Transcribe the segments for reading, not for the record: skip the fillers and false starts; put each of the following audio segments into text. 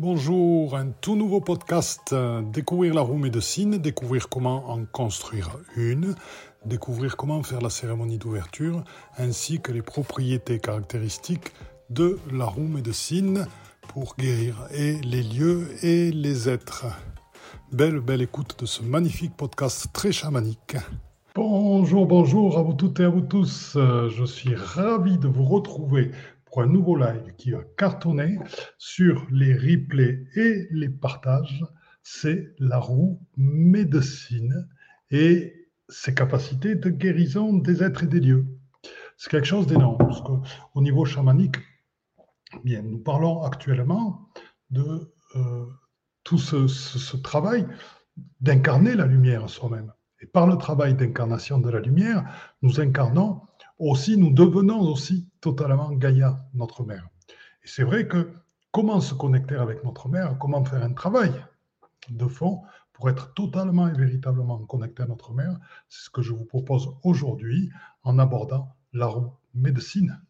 Bonjour, un tout nouveau podcast, découvrir la roue médecine, découvrir comment en construire une, découvrir comment faire la cérémonie d'ouverture, ainsi que les propriétés caractéristiques de la roue médecine pour guérir et les lieux et les êtres. Belle écoute de ce magnifique podcast très chamanique. Bonjour à vous toutes et à vous tous. Je suis ravi de vous retrouver pour un nouveau live qui va cartonner sur les replays et les partages. C'est la roue médecine et ses capacités de guérison des êtres et des lieux. C'est quelque chose d'énorme parce qu'au niveau chamanique, bien, nous parlons actuellement de tout ce travail d'incarner la lumière soi-même. Et par le travail d'incarnation de la lumière, nous incarnons aussi, nous devenons aussi totalement Gaïa, notre mère. Et c'est vrai que comment se connecter avec notre mère, comment faire un travail de fond pour être totalement et véritablement connecté à notre mère, c'est ce que je vous propose aujourd'hui en abordant la roue médecine.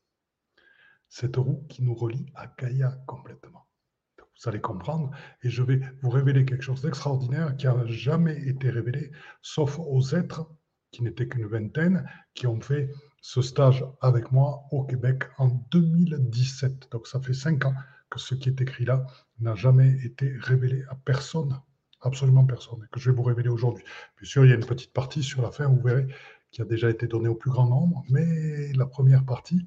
Cette roue qui nous relie à Gaïa complètement. Vous allez comprendre, et je vais vous révéler quelque chose d'extraordinaire qui n'a jamais été révélé, sauf aux êtres qui n'étaient qu'une vingtaine, qui ont fait ce stage avec moi au Québec en 2017. Donc ça fait 5 ans que ce qui est écrit là n'a jamais été révélé à personne, absolument personne, et que je vais vous révéler aujourd'hui. Bien sûr, il y a une petite partie sur la fin, vous verrez, qui a déjà été donnée au plus grand nombre, mais la première partie,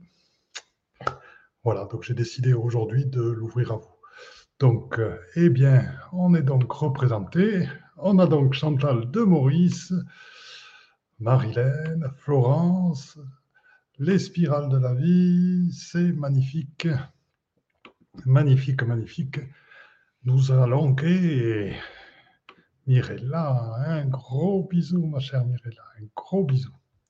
voilà, donc j'ai décidé aujourd'hui de l'ouvrir à vous. Donc, eh bien, on est donc représenté. On a donc Chantal de Maurice, Marilène, Florence, les spirales de la vie, c'est magnifique. Magnifique. Nous allons, ok, Mirella, un gros bisou, ma chère Mirella, un gros bisou.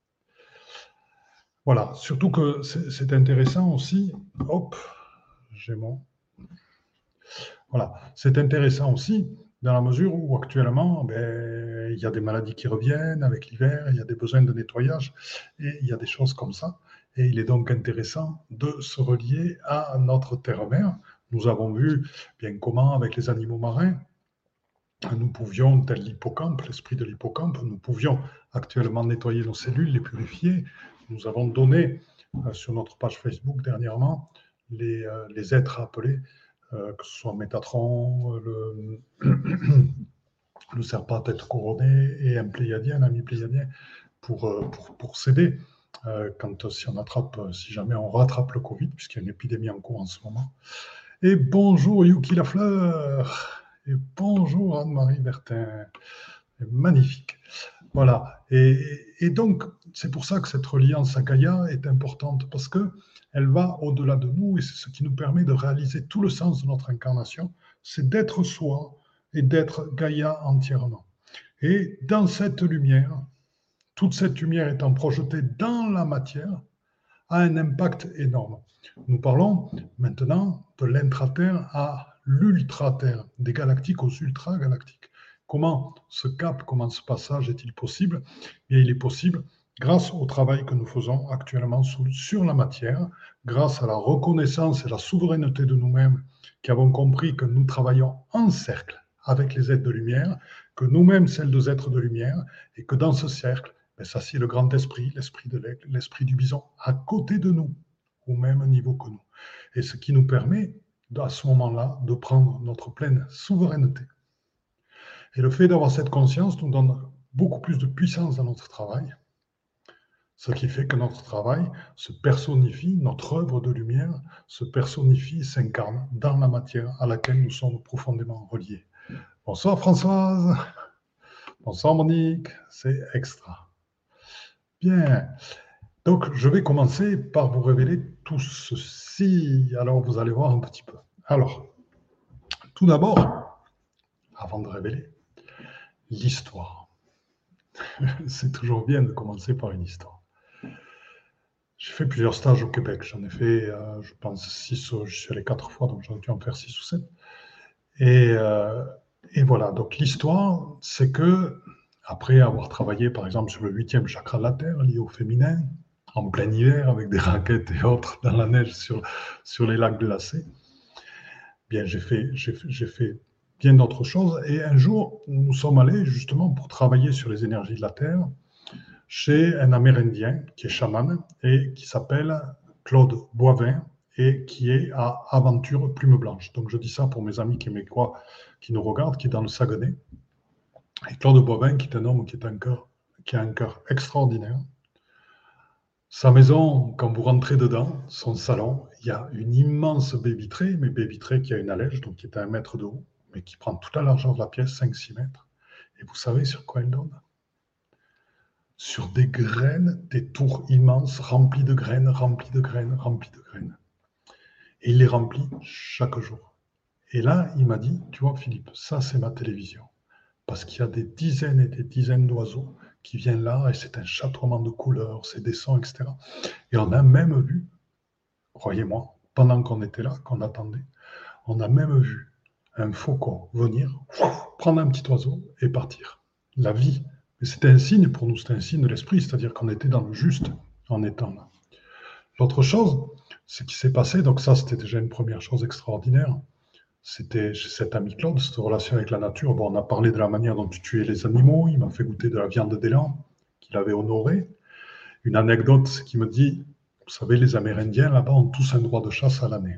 Voilà, surtout que c'est intéressant aussi. Hop, j'ai mon... Voilà, c'est intéressant aussi dans la mesure où actuellement, il y a des maladies qui reviennent avec l'hiver, il y a des besoins de nettoyage et il y a des choses comme ça. Et il est donc intéressant de se relier à notre terre-mère. Nous avons vu bien comment, avec les animaux marins, nous pouvions, tel l'hippocampe, l'esprit de l'hippocampe, nous pouvions actuellement nettoyer nos cellules, les purifier. Nous avons donné sur notre page Facebook dernièrement les êtres appelés, que ce soit Métatron, le serpent à tête couronnée et un pléiadien, un ami pléiadien, pour s'aider si jamais on rattrape le Covid, puisqu'il y a une épidémie en cours en ce moment. Et bonjour Yuki Lafleur, et bonjour Anne-Marie Bertin, magnifique. Voilà, et donc c'est pour ça que cette reliance à Gaïa est importante, parce qu'elle va au-delà de nous, et c'est ce qui nous permet de réaliser tout le sens de notre incarnation, c'est d'être soi et d'être Gaïa entièrement. Et dans cette lumière, toute cette lumière étant projetée dans la matière, a un impact énorme. Nous parlons maintenant de l'intra-terre à l'ultra-terre, des galactiques aux ultra-galactiques. Comment ce cap, comment ce passage est-il possible? Et il est possible grâce au travail que nous faisons actuellement sur la matière, grâce à la reconnaissance et la souveraineté de nous-mêmes, qui avons compris que nous travaillons en cercle avec les êtres de lumière, que nous-mêmes, celles deux êtres de lumière, et que dans ce cercle, ça c'est le grand esprit, l'esprit de l'aigle, l'esprit du bison, à côté de nous, au même niveau que nous. Et ce qui nous permet, à ce moment-là, de prendre notre pleine souveraineté. Et le fait d'avoir cette conscience nous donne beaucoup plus de puissance dans notre travail, ce qui fait que notre travail se personnifie, notre œuvre de lumière se personnifie et s'incarne dans la matière à laquelle nous sommes profondément reliés. Bonsoir Françoise, bonsoir Monique, c'est extra. Bien, donc je vais commencer par vous révéler tout ceci. Alors vous allez voir un petit peu. Alors, tout d'abord, avant de révéler, l'histoire. C'est toujours bien de commencer par une histoire. J'ai fait plusieurs stages au Québec. J'en ai fait, je pense, 6, je suis allé 4 fois, donc j'aurais dû en faire 6 ou 7. Et voilà, donc l'histoire, c'est que, après avoir travaillé, par exemple, sur le 8e chakra de la Terre, lié au féminin, en plein hiver, avec des raquettes et autres, dans la neige, sur les lacs glacés, Bien, j'ai fait bien d'autres choses. Et un jour, nous sommes allés justement pour travailler sur les énergies de la Terre chez un Amérindien qui est chaman et qui s'appelle Claude Boivin et qui est à Aventure Plume Blanche. Donc je dis ça pour mes amis québécois qui nous regardent, qui est dans le Saguenay. Et Claude Boivin, qui est un homme qui a un cœur extraordinaire. Sa maison, quand vous rentrez dedans, son salon, il y a une immense baie vitrée, mais baie vitrée qui a une allège, donc qui est à 1 mètre de haut, mais qui prend toute la largeur de la pièce, 5-6 mètres. Et vous savez sur quoi elle donne? Sur des graines, des tours immenses, remplies de graines, remplies de graines, remplies de graines. Et il les remplit chaque jour. Et là, il m'a dit, tu vois Philippe, ça c'est ma télévision. Parce qu'il y a des dizaines et des dizaines d'oiseaux qui viennent là, et c'est un chatoiement de couleurs, c'est des sons, etc. Et on a même vu, croyez-moi, pendant qu'on était là, qu'on attendait, on a même vu un faucon venir, prendre un petit oiseau et partir. La vie. Mais c'était un signe pour nous, c'était un signe de l'esprit, c'est-à-dire qu'on était dans le juste en étant là. L'autre chose, ce qui s'est passé, donc ça c'était déjà une première chose extraordinaire, c'était chez cet ami Claude, cette relation avec la nature. Bon, on a parlé de la manière dont tu tuais les animaux, il m'a fait goûter de la viande d'élan qu'il avait honorée. Une anecdote, c'est qu'il me dit, vous savez, les Amérindiens là-bas ont tous un droit de chasse à l'année.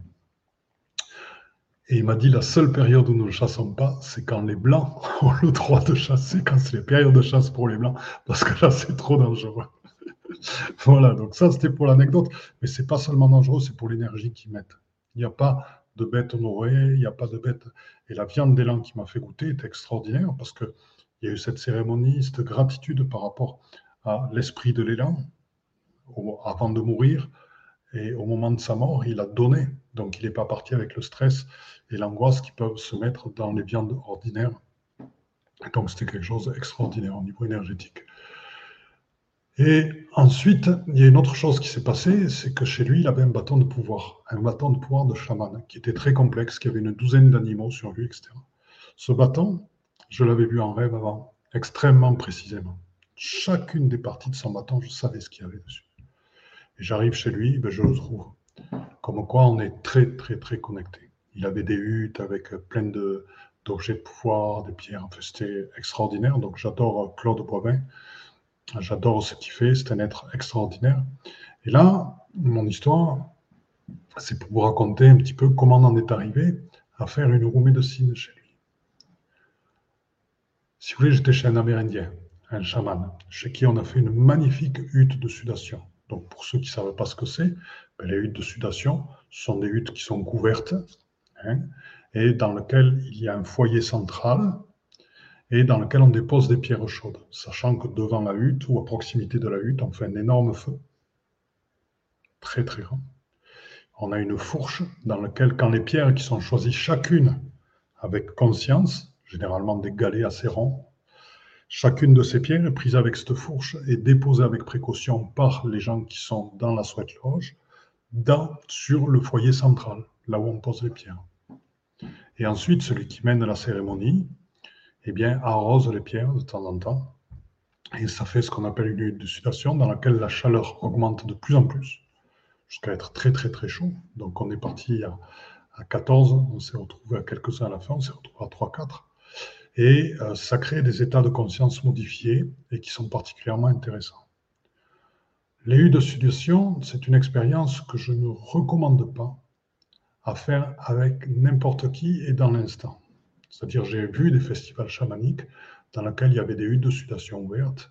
Et il m'a dit, la seule période où nous ne chassons pas, c'est quand les Blancs ont le droit de chasser, quand c'est les périodes de chasse pour les Blancs, parce que là, c'est trop dangereux. Voilà, donc ça, c'était pour l'anecdote. Mais c'est pas seulement dangereux, c'est pour l'énergie qu'ils mettent. Il n'y a pas de bête honorée, il n'y a pas de bête. Et la viande d'élan qui m'a fait goûter est extraordinaire, parce qu'il y a eu cette cérémonie, cette gratitude par rapport à l'esprit de l'élan, avant de mourir. Et au moment de sa mort, il a donné. Donc, il n'est pas parti avec le stress et l'angoisse qui peuvent se mettre dans les viandes ordinaires. Et donc, c'était quelque chose d'extraordinaire au niveau énergétique. Et ensuite, il y a une autre chose qui s'est passée, c'est que chez lui, il avait un bâton de pouvoir de chaman, qui était très complexe, qui avait une douzaine d'animaux sur lui, etc. Ce bâton, je l'avais vu en rêve avant, extrêmement précisément. Chacune des parties de son bâton, je savais ce qu'il y avait dessus. Et j'arrive chez lui, ben je le trouve. Comme quoi, on est très, très, très connecté. Il avait des huttes avec plein d'objets de pouvoir, des pierres. Enfin, c'était extraordinaire. Donc, j'adore Claude Boivin. J'adore ce qu'il fait. C'est un être extraordinaire. Et là, mon histoire, c'est pour vous raconter un petit peu comment on en est arrivé à faire une roue médecine chez lui. Si vous voulez, j'étais chez un Amérindien, un chaman, chez qui on a fait une magnifique hutte de sudation. Donc, pour ceux qui ne savent pas ce que c'est, ben, les huttes de sudation sont des huttes qui sont couvertes, hein, et dans lesquelles il y a un foyer central et dans lequel on dépose des pierres chaudes, sachant que devant la hutte ou à proximité de la hutte, on fait un énorme feu, très très grand. On a une fourche dans laquelle, quand les pierres qui sont choisies chacune avec conscience, généralement des galets assez ronds, chacune de ces pierres est prise avec cette fourche et déposée avec précaution par les gens qui sont dans la sweat lodge sur le foyer central, là où on pose les pierres. Et ensuite, celui qui mène la cérémonie, eh bien, arrose les pierres de temps en temps. Et ça fait ce qu'on appelle une hutte de sudation dans laquelle la chaleur augmente de plus en plus, jusqu'à être très très très chaud. Donc on est parti à 14, on s'est retrouvé à quelques-uns à la fin, on s'est retrouvé à 3-4. Et ça crée des états de conscience modifiés et qui sont particulièrement intéressants. Les huttes de sudation, c'est une expérience que je ne recommande pas à faire avec n'importe qui et dans l'instant. C'est-à-dire, j'ai vu des festivals chamaniques dans lesquels il y avait des huttes de sudation ouvertes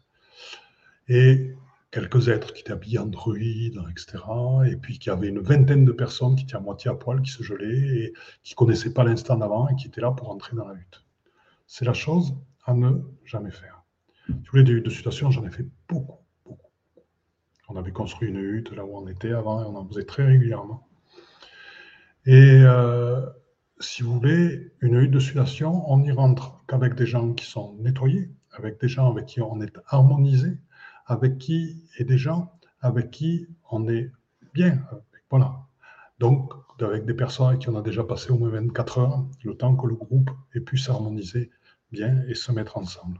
et quelques êtres qui étaient habillés en druides, etc. Et puis qu'il y avait une vingtaine de personnes qui étaient à moitié à poil, qui se gelaient et qui ne connaissaient pas l'instant d'avant et qui étaient là pour entrer dans la hutte. C'est la chose à ne jamais faire. Si vous voulez, des huttes de sudation, j'en ai fait beaucoup. On avait construit une hutte là où on était avant et on en faisait très régulièrement. Et si vous voulez, une hutte de sudation, on n'y rentre qu'avec des gens qui sont nettoyés, avec des gens avec qui on est harmonisé, et des gens avec qui on est bien. Voilà. Donc, avec des personnes avec qui on a déjà passé au moins 24 heures, le temps que le groupe ait pu s'harmoniser bien et se mettre ensemble.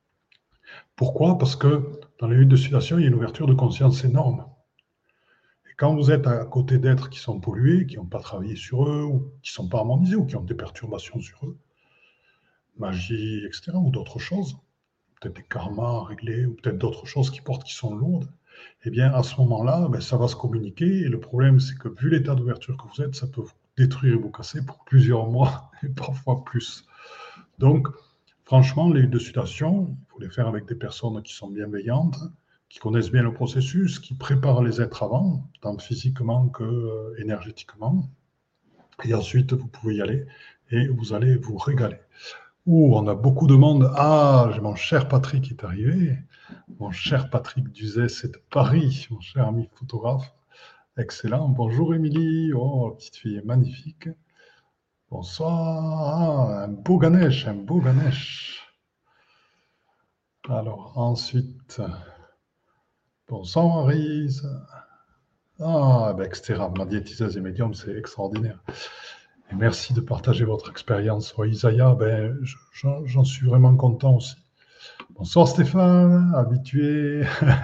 Pourquoi? Parce que dans les huttes de sudation, il y a une ouverture de conscience énorme. Et Quand vous êtes à côté d'êtres qui sont pollués, qui n'ont pas travaillé sur eux, ou qui ne sont pas harmonisés, ou qui ont des perturbations sur eux, magie, etc., ou d'autres choses, peut-être des karmas à régler, ou peut-être d'autres choses qui sont lourdes, eh bien, à ce moment-là, ben, ça va se communiquer. Et le problème, c'est que vu l'état d'ouverture que vous êtes, ça peut vous détruire et vous casser pour plusieurs mois, et parfois plus. Donc, franchement, les deux situations, il faut les faire avec des personnes qui sont bienveillantes, qui connaissent bien le processus, qui préparent les êtres avant, tant physiquement que énergétiquement. Et ensuite, vous pouvez y aller et vous allez vous régaler. Ouh, on a beaucoup de monde. Ah, j'ai mon cher Patrick qui est arrivé. Mon cher Patrick Duzet, c'est de Paris, mon cher ami photographe. Excellent. Bonjour Émilie. Oh, petite fille magnifique. Bonsoir. Ah, un beau Ganesh, un beau Ganesh. Alors, ensuite, bonsoir Maryse. Ah, ben, etc. Ma diététiseuse et médium, c'est extraordinaire. Et merci de partager votre expérience. Oui, Isaiah, ben, j'en suis vraiment content aussi. Bonsoir Stéphane, habitué.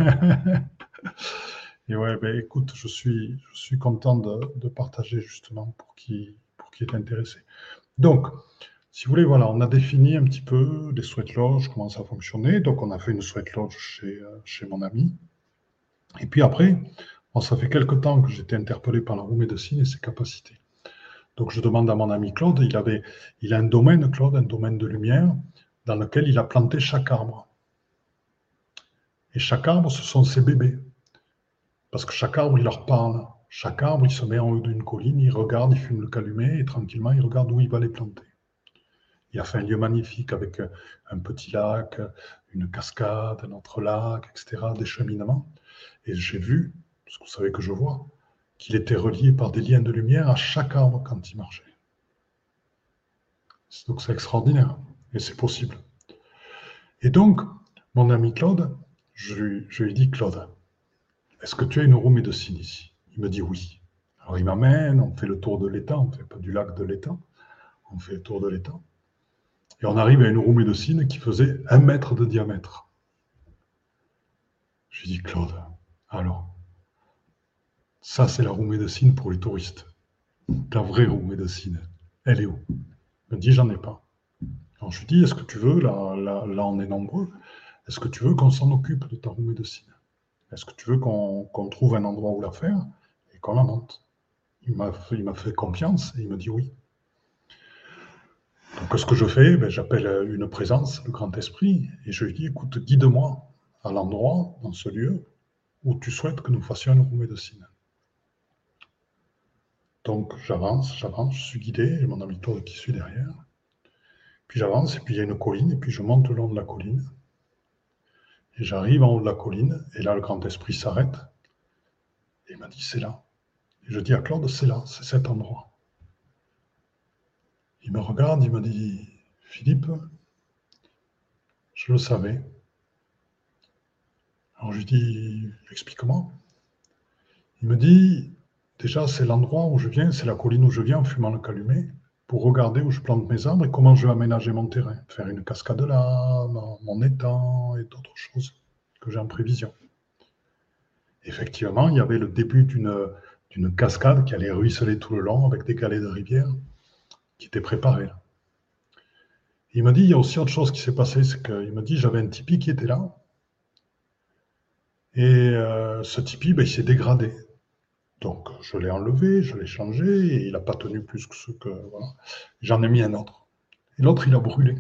Et ouais, ben, écoute, je suis content de partager justement pour qui est intéressé. Donc, si vous voulez, voilà, on a défini un petit peu les sweat lodges, comment ça fonctionnait. Donc, on a fait une sweat lodge chez mon ami. Et puis après, bon, ça fait quelque temps que j'étais interpellé par la roue médecine et ses capacités. Donc, je demande à mon ami Claude, il a un domaine, Claude, un domaine de lumière, dans lequel il a planté chaque arbre. Et chaque arbre, ce sont ses bébés. Parce que chaque arbre, il leur parle. Chaque arbre, il se met en haut d'une colline, il regarde, il fume le calumet, et tranquillement, il regarde où il va les planter. Il a fait un lieu magnifique avec un petit lac, une cascade, un autre lac, etc., des cheminements. Et j'ai vu, parce que vous savez que je vois, qu'il était relié par des liens de lumière à chaque arbre quand il marchait. Donc c'est extraordinaire, et c'est possible. Et donc, mon ami Claude, je lui dis, Claude, est-ce que tu as une roue médecine ici? Il me dit oui. Alors il m'amène, on fait le tour de l'étang, on ne fait pas du lac de l'étang, on fait le tour de l'étang. Et on arrive à une roue médecine qui faisait 1 mètre de diamètre. Je lui dis, Claude, alors, ça c'est la roue médecine pour les touristes. La vraie roue médecine, elle est où? Il me dit, j'en ai pas. Alors je lui dis, est-ce que tu veux, là on est nombreux, est-ce que tu veux qu'on s'en occupe de ta roue médecine? Est-ce que tu veux qu'on trouve un endroit où la faire et qu'on la monte? Il m'a fait confiance et il me dit oui. Donc ce que je fais, ben, j'appelle une présence, le grand esprit, et je lui dis, écoute, guide-moi à l'endroit, dans ce lieu, où tu souhaites que nous fassions une roue médecine. Donc j'avance, je suis guidé, et mon ami Claude qui suit derrière. Puis j'avance, et puis il y a une colline, et puis je monte le long de la colline. Et j'arrive en haut de la colline, et là le grand esprit s'arrête, et il m'a dit, c'est là. Et je dis à Claude, c'est là, c'est cet endroit. Il me regarde, il me dit, Philippe, je le savais. Alors je lui dis, explique-moi. Il me dit, déjà, c'est l'endroit où je viens, c'est la colline où je viens en fumant le calumet, pour regarder où je plante mes arbres et comment je vais aménager mon terrain. Faire une cascade là, mon étang et d'autres choses que j'ai en prévision. Effectivement, il y avait le début d'une cascade qui allait ruisseler tout le long avec des galets de rivière qui étaient préparés. Il m'a dit, il y a aussi autre chose qui s'est passé, c'est qu'il m'a dit, j'avais un tipi qui était là, et ce tipi, ben, il s'est dégradé. Donc, je l'ai enlevé, je l'ai changé, et il n'a pas tenu plus que ce que... Voilà. J'en ai mis un autre. Et l'autre, il a brûlé.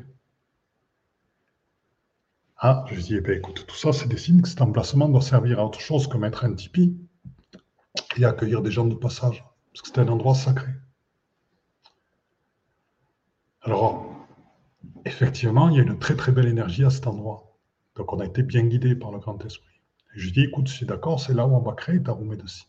Ah, je dis, eh bien, écoute, tout ça, c'est des signes que cet emplacement doit servir à autre chose que mettre un tipi et accueillir des gens de passage, parce que c'était un endroit sacré. Alors, effectivement, il y a une très très belle énergie à cet endroit. Donc, on a été bien guidé par le grand esprit. Et je dis, écoute, je suis d'accord, c'est là où on va créer ta roue médecine.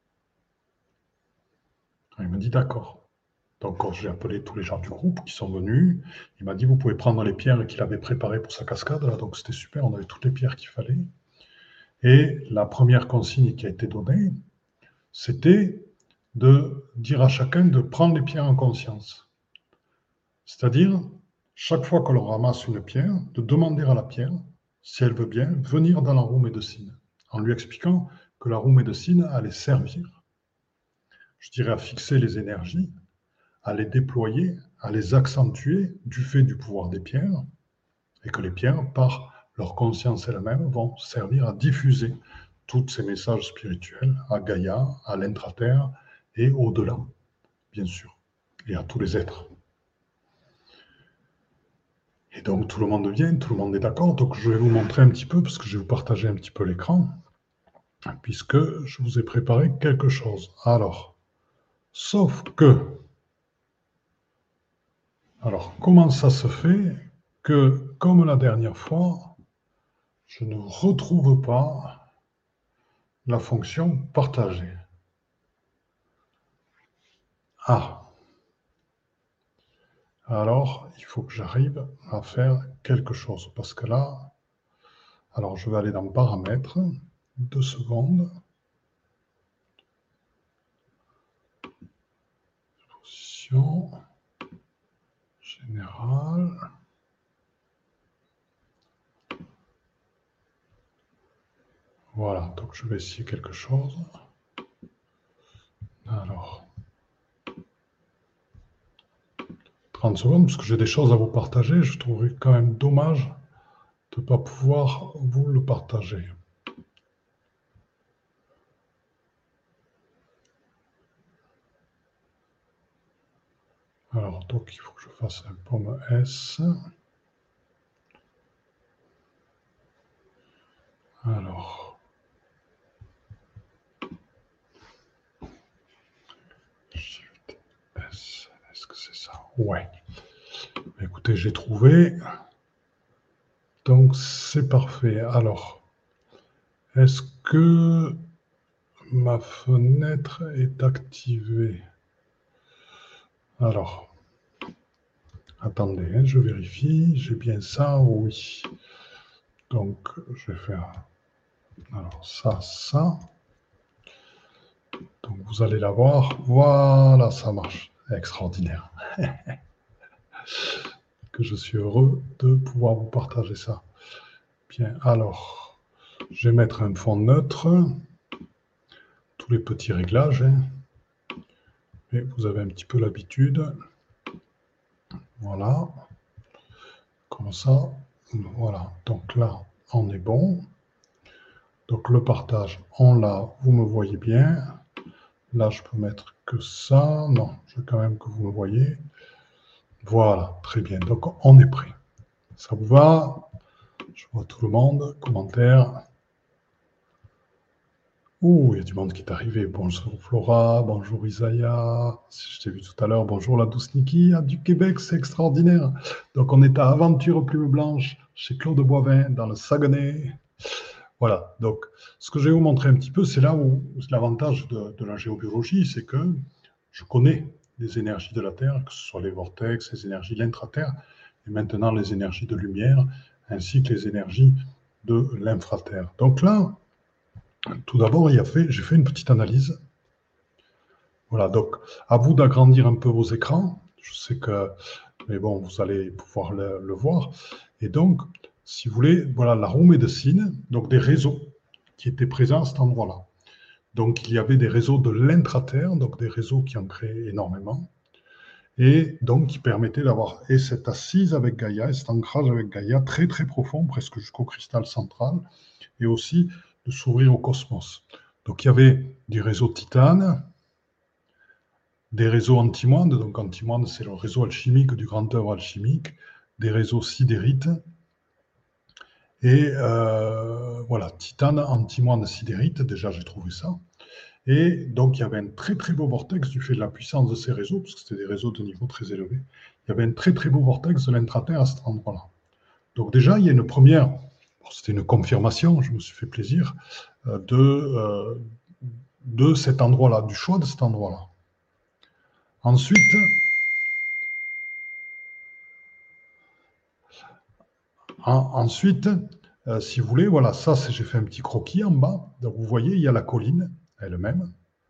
Il m'a dit, d'accord. Donc, quand j'ai appelé tous les gens du groupe qui sont venus, il m'a dit, vous pouvez prendre les pierres qu'il avait préparées pour sa cascade. Là, donc, c'était super, on avait toutes les pierres qu'il fallait. Et la première consigne qui a été donnée, c'était de dire à chacun de prendre les pierres en conscience. C'est-à-dire, chaque fois que l'on ramasse une pierre, de demander à la pierre, si elle veut bien, venir dans la roue médecine, en lui expliquant que la roue médecine allait servir, je dirais, à fixer les énergies, à les déployer, à les accentuer du fait du pouvoir des pierres, et que les pierres, par leur conscience elles-mêmes, vont servir à diffuser tous ces messages spirituels à Gaïa, à l'intraterre et au-delà, bien sûr, et à tous les êtres. Et donc tout le monde vient, tout le monde est d'accord. Donc je vais vous montrer un petit peu, parce que je vais vous partager un petit peu l'écran, puisque je vous ai préparé quelque chose. Alors, sauf que, alors comment ça se fait que, comme la dernière fois, je ne retrouve pas la fonction partager? Ah, alors il faut que j'arrive à faire quelque chose, parce que là, alors je vais aller dans paramètres, 2 secondes, position générale. Voilà, donc je vais essayer quelque chose. Alors, 30 secondes, parce que j'ai des choses à vous partager. Je trouverais quand même dommage de ne pas pouvoir vous le partager. Alors, donc il faut que je fasse un pomme S. Alors, Shift S, est-ce que c'est ça? Ouais. Écoutez, j'ai trouvé. Donc, c'est parfait. Alors, est-ce que ma fenêtre est activée? Alors, attendez, hein, je vérifie. J'ai bien ça? Oui. Donc, je vais faire alors ça, ça. Donc, vous allez la voir. Voilà, ça marche. Extraordinaire. Que je suis heureux de pouvoir vous partager ça. Bien, alors, je vais mettre un fond neutre. Tous les petits réglages. Hein. Mais vous avez un petit peu l'habitude. Voilà. Comme ça. Voilà. Donc là, on est bon. Donc le partage, on l'a. Vous me voyez bien. Là, je peux mettre que ça. Non, je veux quand même que vous me voyez. Voilà, très bien. Donc, on est prêt. Ça vous va? Je vois tout le monde. Commentaire. Ouh, il y a du monde qui est arrivé. Bonjour Flora, bonjour Isaiah. Si je t'ai vu tout à l'heure, bonjour la douce Niki. Ah, du Québec, c'est extraordinaire. Donc, on est à Aventure Plume Blanche, chez Claude Boivin, dans le Saguenay. Voilà, donc ce que je vais vous montrer un petit peu, c'est là où l'avantage de la géobiologie, c'est que je connais les énergies de la Terre, que ce soit les vortex, les énergies de l'intraterre, et maintenant les énergies de lumière, ainsi que les énergies de l'infraterre. Donc là, tout d'abord, j'ai fait une petite analyse. Voilà, donc à vous d'agrandir un peu vos écrans. Je sais que, mais bon, vous allez pouvoir le voir. Et donc, si vous voulez, voilà la roue médecine, donc des réseaux qui étaient présents à cet endroit-là. Donc, il y avait des réseaux de l'intraterre, donc des réseaux qui en créaient énormément, et donc qui permettaient d'avoir cette assise avec Gaïa, et cet ancrage avec Gaïa très très profond, presque jusqu'au cristal central, et aussi de s'ouvrir au cosmos. Donc, il y avait du réseau titane, des réseaux antimoine, donc antimoine, c'est le réseau alchimique du grand œuvre alchimique, des réseaux sidérites, et voilà, titane, antimoine, sidérite, déjà j'ai trouvé ça. Et donc il y avait un très très beau vortex du fait de la puissance de ces réseaux, parce que c'était des réseaux de niveau très élevé. Il y avait un très très beau vortex de l'intraterre à cet endroit-là. Donc déjà, il y a une première, c'était une confirmation, je me suis fait plaisir, de cet endroit-là, du choix de cet endroit-là. Ensuite, si vous voulez, voilà, ça, j'ai fait un petit croquis en bas. Donc, vous voyez, il y a la colline elle-même.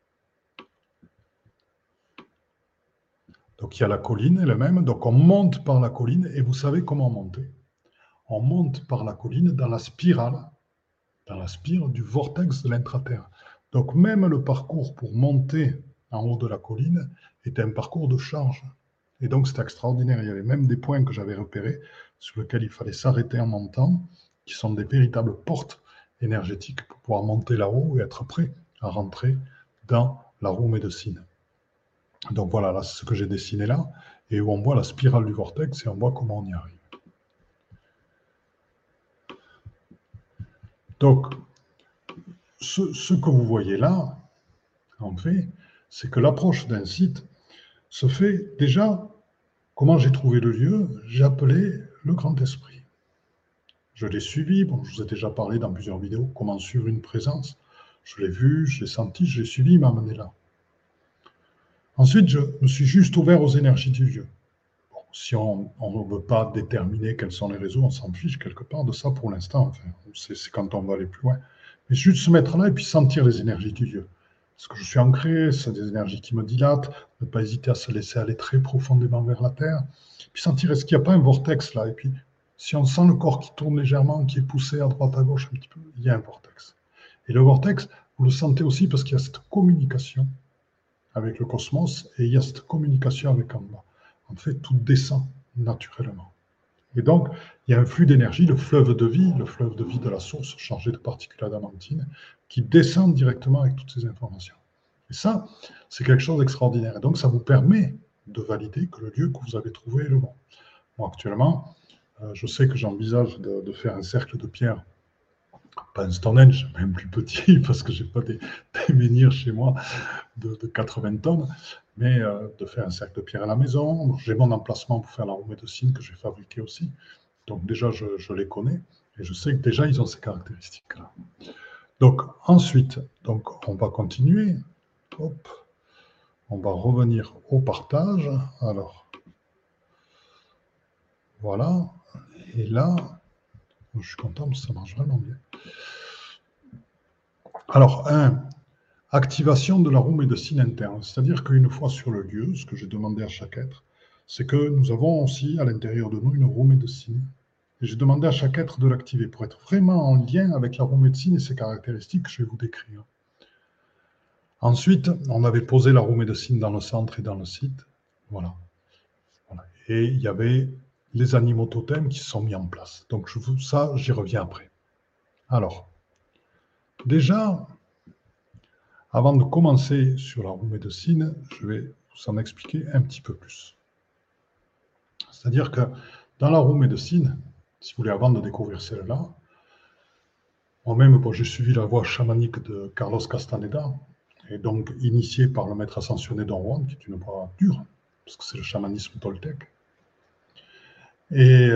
Donc, il y a la colline elle-même. Donc, on monte par la colline et vous savez comment monter. On monte par la colline dans la spirale du vortex de l'intraterre. Donc même le parcours pour monter en haut de la colline était un parcours de charge. Et donc c'était extraordinaire. Il y avait même des points que j'avais repérés sur lesquels il fallait s'arrêter en montant, qui sont des véritables portes énergétiques pour pouvoir monter là-haut et être prêt à rentrer dans la roue médecine. Donc voilà, là c'est ce que j'ai dessiné là, et où on voit la spirale du vortex et on voit comment on y arrive. Donc, ce que vous voyez là, en fait, c'est que l'approche d'un site se fait déjà. Comment j'ai trouvé le lieu? J'ai appelé le Grand Esprit. Je l'ai suivi, bon, je vous ai déjà parlé dans plusieurs vidéos, comment suivre une présence. Je l'ai vu, je l'ai senti, je l'ai suivi, il m'a amené là. Ensuite, je me suis juste ouvert aux énergies du lieu. Bon, si on ne veut pas déterminer quels sont les réseaux, on s'en fiche quelque part de ça pour l'instant. Enfin, c'est quand on va aller plus loin. Mais juste se mettre là et puis sentir les énergies du lieu. Est-ce que je suis ancré? C'est des énergies qui me dilatent. Ne pas hésiter à se laisser aller très profondément vers la terre. Puis sentir, est-ce qu'il n'y a pas un vortex là? Et puis, si on sent le corps qui tourne légèrement, qui est poussé à droite, à gauche un petit peu, il y a un vortex. Et le vortex, vous le sentez aussi parce qu'il y a cette communication avec le cosmos et il y a cette communication avec en bas. En fait, tout descend naturellement. Et donc, il y a un flux d'énergie, le fleuve de vie de la source chargé de particules adamantines, qui descend directement avec toutes ces informations. Et ça, c'est quelque chose d'extraordinaire. Et donc, ça vous permet de valider que le lieu que vous avez trouvé est le bon. Moi, actuellement, je sais que j'envisage de faire un cercle de pierre, pas un Stonehenge, même plus petit, parce que je n'ai pas des menhirs chez moi de 80 tonnes, mais de faire un cercle de pierre à la maison. J'ai mon emplacement pour faire la roue médecine que j'ai fabriquée aussi. Donc déjà, je les connais et je sais que déjà, ils ont ces caractéristiques-là. Donc ensuite, donc, on va continuer. Hop. On va revenir au partage. Alors, voilà. Et là, je suis content parce que ça marche vraiment bien. Alors, activation de la roue médecine interne. C'est-à-dire qu'une fois sur le lieu, ce que j'ai demandé à chaque être, c'est que nous avons aussi à l'intérieur de nous une roue médecine. Et j'ai demandé à chaque être de l'activer pour être vraiment en lien avec la roue médecine et ses caractéristiques que je vais vous décrire. Ensuite, on avait posé la roue médecine dans le centre et dans le site. Voilà. Et il y avait les animaux totems qui se sont mis en place. Donc ça, j'y reviens après. Alors, déjà, avant de commencer sur la roue médecine, je vais vous en expliquer un petit peu plus. C'est-à-dire que dans la roue médecine, si vous voulez, avant de découvrir celle-là, moi-même, j'ai suivi la voie chamanique de Carlos Castaneda, et donc initié par le maître ascensionné Don Juan, qui est une voie dure, parce que c'est le chamanisme toltèque. Et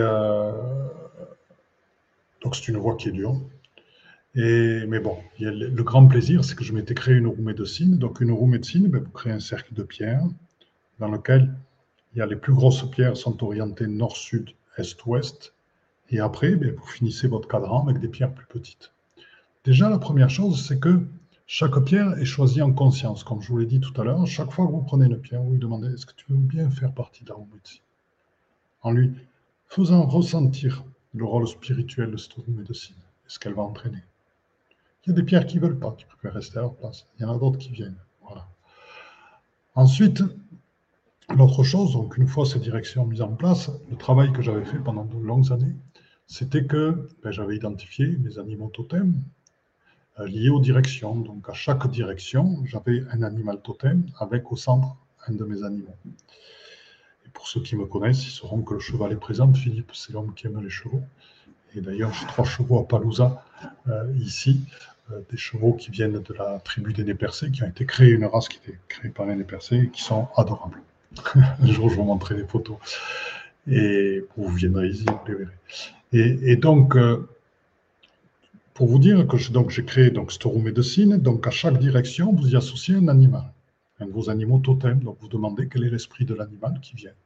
donc c'est une voie qui est dure. Mais bon, le grand plaisir, c'est que je m'étais créé une roue médecine. Donc une roue médecine, vous créez un cercle de pierres dans lequel les plus grosses pierres sont orientées nord, sud, est, ouest. Et après, vous finissez votre cadran avec des pierres plus petites. Déjà, la première chose, c'est que chaque pierre est choisie en conscience. Comme je vous l'ai dit tout à l'heure, chaque fois que vous prenez une pierre, vous lui demandez, est-ce que tu veux bien faire partie de la roue médecine? En lui faisant ressentir le rôle spirituel de cette roue médecine et ce qu'elle va entraîner. Il y a des pierres qui ne veulent pas, qui préfèrent rester à leur place. Il y en a d'autres qui viennent. Voilà. Ensuite, l'autre chose, donc une fois ces directions mises en place, le travail que j'avais fait pendant de longues années, c'était que j'avais identifié mes animaux totems liés aux directions. Donc à chaque direction, j'avais un animal totem avec au centre un de mes animaux. Et pour ceux qui me connaissent, ils sauront que le cheval est présent. Philippe, c'est l'homme qui aime les chevaux. Et d'ailleurs, j'ai 3 chevaux à Palouza, ici, des chevaux qui viennent de la tribu des Nez-Percés, qui ont été créés, une race qui a été créée par les Nez-Percés, et qui sont adorables. Un jour, je vous montrerai des photos. Et vous viendrez ici, vous les verrez. Et donc, pour vous dire que j'ai créé cette roue médecine, donc à chaque direction, vous y associez un animal, un de vos animaux totems. Donc, vous demandez quel est l'esprit de l'animal qui vient.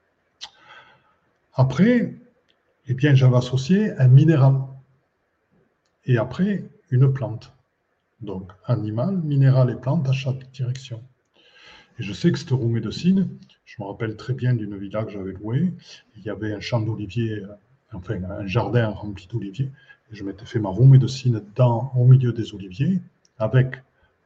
Après, j'avais associé un minéral. Et après, une plante. Donc, animal, minéral et plante à chaque direction. Et je sais que cette roue médecine, je me rappelle très bien d'une villa que j'avais louée. Il y avait un champ d'oliviers, enfin un jardin rempli d'oliviers. Et je m'étais fait ma roue médecine au milieu des oliviers, avec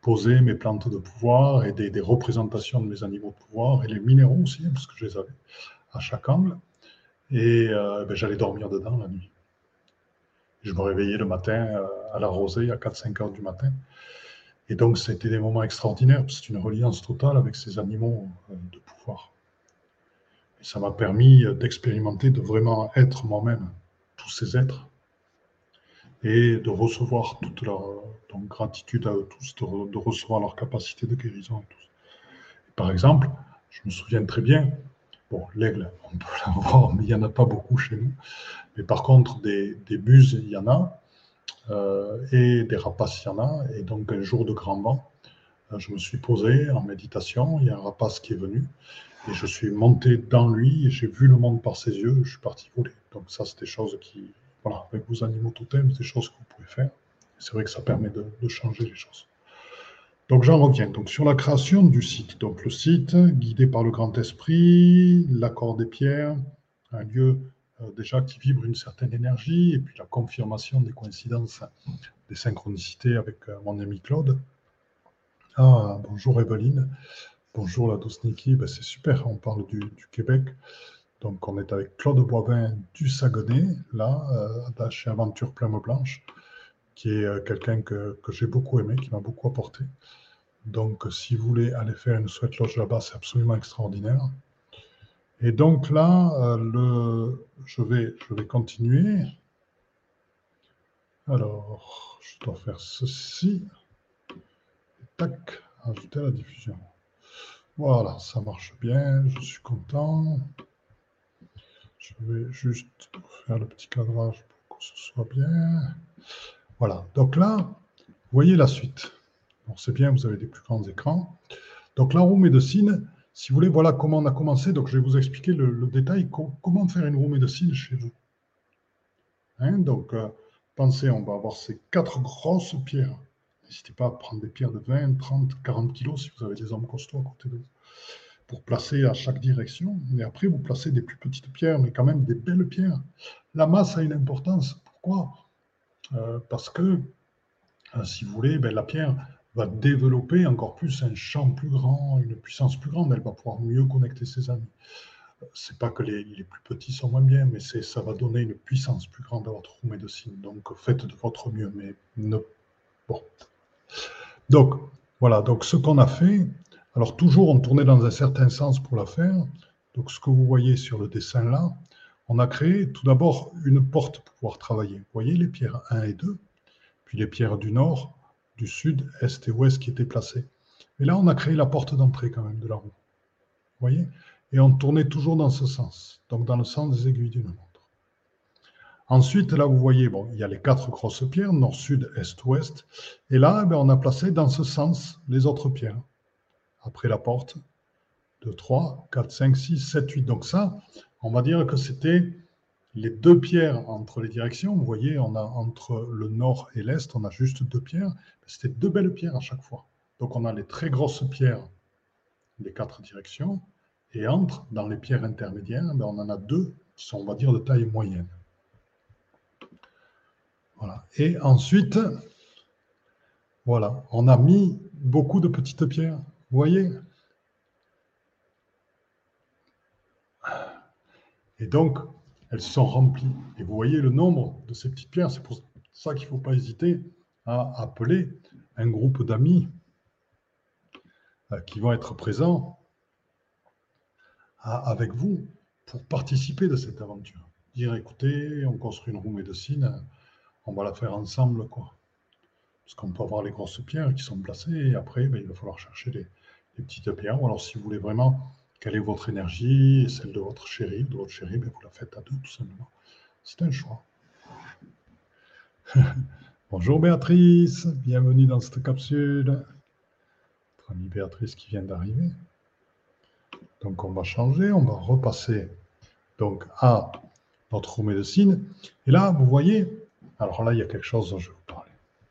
poser mes plantes de pouvoir et des représentations de mes animaux de pouvoir et les minéraux aussi, hein, parce que je les avais à chaque angle. Et j'allais dormir dedans la nuit. Je me réveillais le matin à la rosée à 4-5 heures du matin. Et donc, c'était des moments extraordinaires. C'est une reliance totale avec ces animaux de pouvoir. Et ça m'a permis d'expérimenter, de vraiment être moi-même tous ces êtres et de recevoir toute leur donc, gratitude à eux tous, de recevoir leur capacité de guérison à tous. Et par exemple, je me souviens très bien, bon, l'aigle, on peut l'avoir, mais il n'y en a pas beaucoup chez nous. Mais par contre, des buses, il y en a, et des rapaces, il y en a. Et donc, un jour de grand vent, je me suis posé en méditation, il y a un rapace qui est venu, et je suis monté dans lui, et j'ai vu le monde par ses yeux, je suis parti voler. Donc ça, c'est des choses qui, voilà, avec vos animaux totems, c'est des choses que vous pouvez faire. C'est vrai que ça permet de changer les choses. Donc j'en reviens. Donc sur la création du site. Donc le site, guidé par le grand esprit, l'accord des pierres, un lieu déjà qui vibre une certaine énergie, et puis la confirmation des coïncidences, des synchronicités avec mon ami Claude. Ah, bonjour Evelyne. Bonjour la douce Niki. Ben, c'est super, on parle du Québec. Donc on est avec Claude Boivin du Saguenay, là, chez Aventure Plume Blanche, qui est quelqu'un que j'ai beaucoup aimé, qui m'a beaucoup apporté. Donc, si vous voulez aller faire une sweat lodge là-bas, c'est absolument extraordinaire. Et donc là, je vais continuer. Alors, je dois faire ceci. Et tac, ajouter la diffusion. Voilà, ça marche bien, je suis content. Je vais juste faire le petit cadrage pour que ce soit bien. Voilà, donc là, vous voyez la suite. Bon, c'est bien, vous avez des plus grands écrans. Donc la roue médecine, si vous voulez, voilà comment on a commencé. Donc je vais vous expliquer le détail, comment faire une roue médecine chez vous. Hein, donc pensez, on va avoir ces 4 grosses pierres. N'hésitez pas à prendre des pierres de 20, 30, 40 kilos si vous avez des hommes costauds à côté de vous, pour placer à chaque direction. Et après, vous placez des plus petites pierres, mais quand même des belles pierres. La masse a une importance. Pourquoi parce que, si vous voulez, la pierre va développer encore plus un champ plus grand, une puissance plus grande. Elle va pouvoir mieux connecter ses amis. C'est pas que les plus petits sont moins bien, mais ça va donner une puissance plus grande à votre roue médecine. Donc, faites de votre mieux. Mais bon. Donc, voilà. Donc, ce qu'on a fait, alors toujours on tournait dans un certain sens pour la faire. Donc, ce que vous voyez sur le dessin là, on a créé tout d'abord une porte pour pouvoir travailler. Vous voyez les pierres 1 et 2, puis les pierres du nord, du sud, est et ouest qui étaient placées. Et là, on a créé la porte d'entrée quand même de la roue. Vous voyez? Et on tournait toujours dans ce sens, donc dans le sens des aiguilles d'une montre. Ensuite, là, vous voyez, bon, il y a les 4 grosses pierres, nord, sud, est, ouest. Et là, on a placé dans ce sens les autres pierres. Après la porte, 2, 3, 4, 5, 6, 7, 8. Donc ça, on va dire que c'était les 2 pierres entre les directions. Vous voyez, on a entre le nord et l'est, on a juste 2 pierres. C'était 2 belles pierres à chaque fois. Donc on a les très grosses pierres des 4 directions. Et dans les pierres intermédiaires, on en a 2 qui sont, on va dire, de taille moyenne. Voilà. Et ensuite, voilà, on a mis beaucoup de petites pierres. Vous voyez? Et donc, elles sont remplies. Et vous voyez le nombre de ces petites pierres. C'est pour ça qu'il ne faut pas hésiter à appeler un groupe d'amis qui vont être présents avec vous pour participer de cette aventure. Dire, écoutez, on construit une roue médecine, on va la faire ensemble, quoi. Parce qu'on peut avoir les grosses pierres qui sont placées, et après, il va falloir chercher les petites pierres. Ou alors, si vous voulez vraiment quelle est votre énergie, et celle de votre chéri, vous la faites à 2, tout simplement. C'est un choix. Bonjour Béatrice, bienvenue dans cette capsule. Notre amie Béatrice qui vient d'arriver. Donc, on va changer, on va repasser donc à notre roue médecine. Et là, vous voyez, alors là, il y a quelque chose dont je vais vous parler.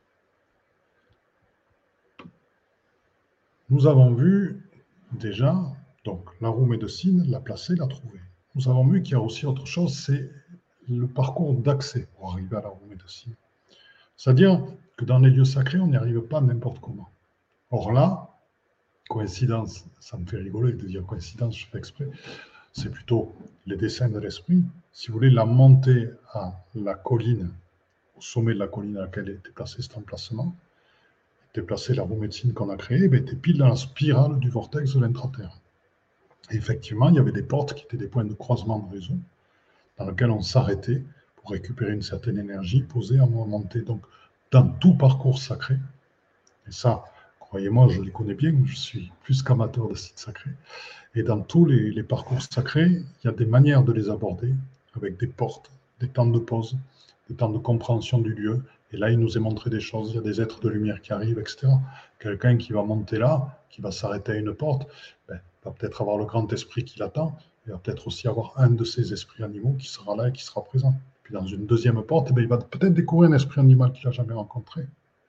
Nous avons vu déjà, donc la roue médecine, la placer, la trouver. Nous avons vu qu'il y a aussi autre chose, c'est le parcours d'accès pour arriver à la roue médecine. C'est-à-dire que dans les lieux sacrés, on n'y arrive pas n'importe comment. Or là, coïncidence, ça me fait rigoler de dire coïncidence, je fais exprès, c'est plutôt les dessins de l'esprit. Si vous voulez, la montée à la colline, au sommet de la colline à laquelle était placé cet emplacement, était placée la roue médecine qu'on a créée, était pile dans la spirale du vortex de l'intraterre. Et effectivement, il y avait des portes qui étaient des points de croisement de réseau dans lesquels on s'arrêtait pour récupérer une certaine énergie posée à monter. Donc, dans tout parcours sacré, et ça, croyez-moi, je les connais bien, je suis plus qu'amateur de sites sacrés, et dans tous les parcours sacrés, il y a des manières de les aborder, avec des portes, des temps de pause, des temps de compréhension du lieu. Et là, il nous est montré des choses. Il y a des êtres de lumière qui arrivent, etc. Quelqu'un qui va monter là, qui va s'arrêter à une porte, va peut-être avoir le grand esprit qui l'attend. Il va peut-être aussi avoir un de ces esprits animaux qui sera là et qui sera présent. Puis dans une deuxième porte, il va peut-être découvrir un esprit animal qu'il n'a jamais rencontré,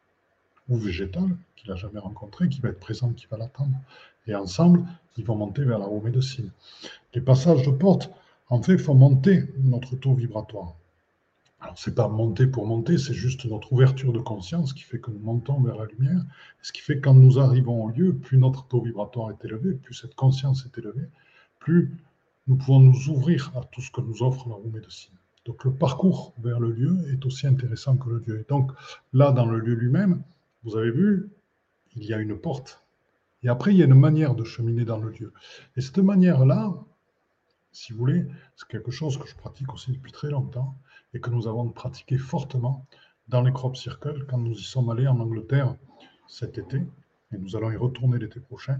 ou végétal qu'il n'a jamais rencontré, qui va être présent, qui va l'attendre. Et ensemble, ils vont monter vers la roue médecine. Les passages de porte, en fait, font monter notre taux vibratoire. Alors, ce n'est pas monter pour monter, c'est juste notre ouverture de conscience qui fait que nous montons vers la lumière. Ce qui fait que quand nous arrivons au lieu, plus notre taux vibratoire est élevé, plus cette conscience est élevée, plus nous pouvons nous ouvrir à tout ce que nous offre la roue médecine. Donc, le parcours vers le lieu est aussi intéressant que le lieu. Et donc, là, dans le lieu lui-même, vous avez vu, il y a une porte. Et après, il y a une manière de cheminer dans le lieu. Et cette manière-là, si vous voulez, c'est quelque chose que je pratique aussi depuis très longtemps et que nous avons pratiqué fortement dans les crop circles quand nous y sommes allés en Angleterre cet été. Et nous allons y retourner l'été prochain.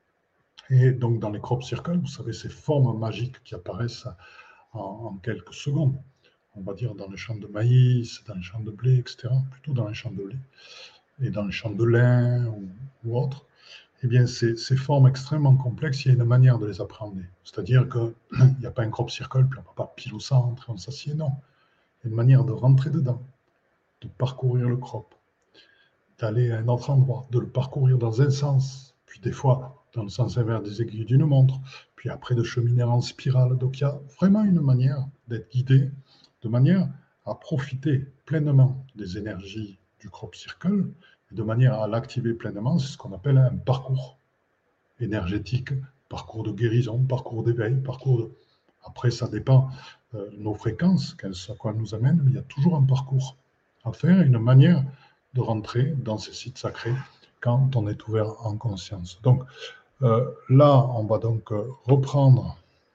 Et donc, dans les crop circles, vous savez, ces formes magiques qui apparaissent en quelques secondes. On va dire dans les champs de maïs, dans les champs de blé, etc. Plutôt dans les champs de blé. Et dans les champs de lin ou autres. Eh bien, ces formes extrêmement complexes, il y a une manière de les appréhender. C'est-à-dire qu'il n'y a pas un crop circle, puis on ne va pas pile au centre, on s'assied, non. Il y a une manière de rentrer dedans, de parcourir le crop, d'aller à un autre endroit, de le parcourir dans un sens, puis des fois dans le sens inverse des aiguilles d'une montre, puis après de cheminer en spirale. Donc il y a vraiment une manière d'être guidé, de manière à profiter pleinement des énergies du crop circle, et de manière à l'activer pleinement. C'est ce qu'on appelle un parcours énergétique, parcours de guérison, parcours d'éveil, parcours de... Après, ça dépend de nos fréquences, à quoi elles nous amènent, mais il y a toujours un parcours à faire, une manière de rentrer dans ces sites sacrés quand on est ouvert en conscience. Donc là, on va donc reprendre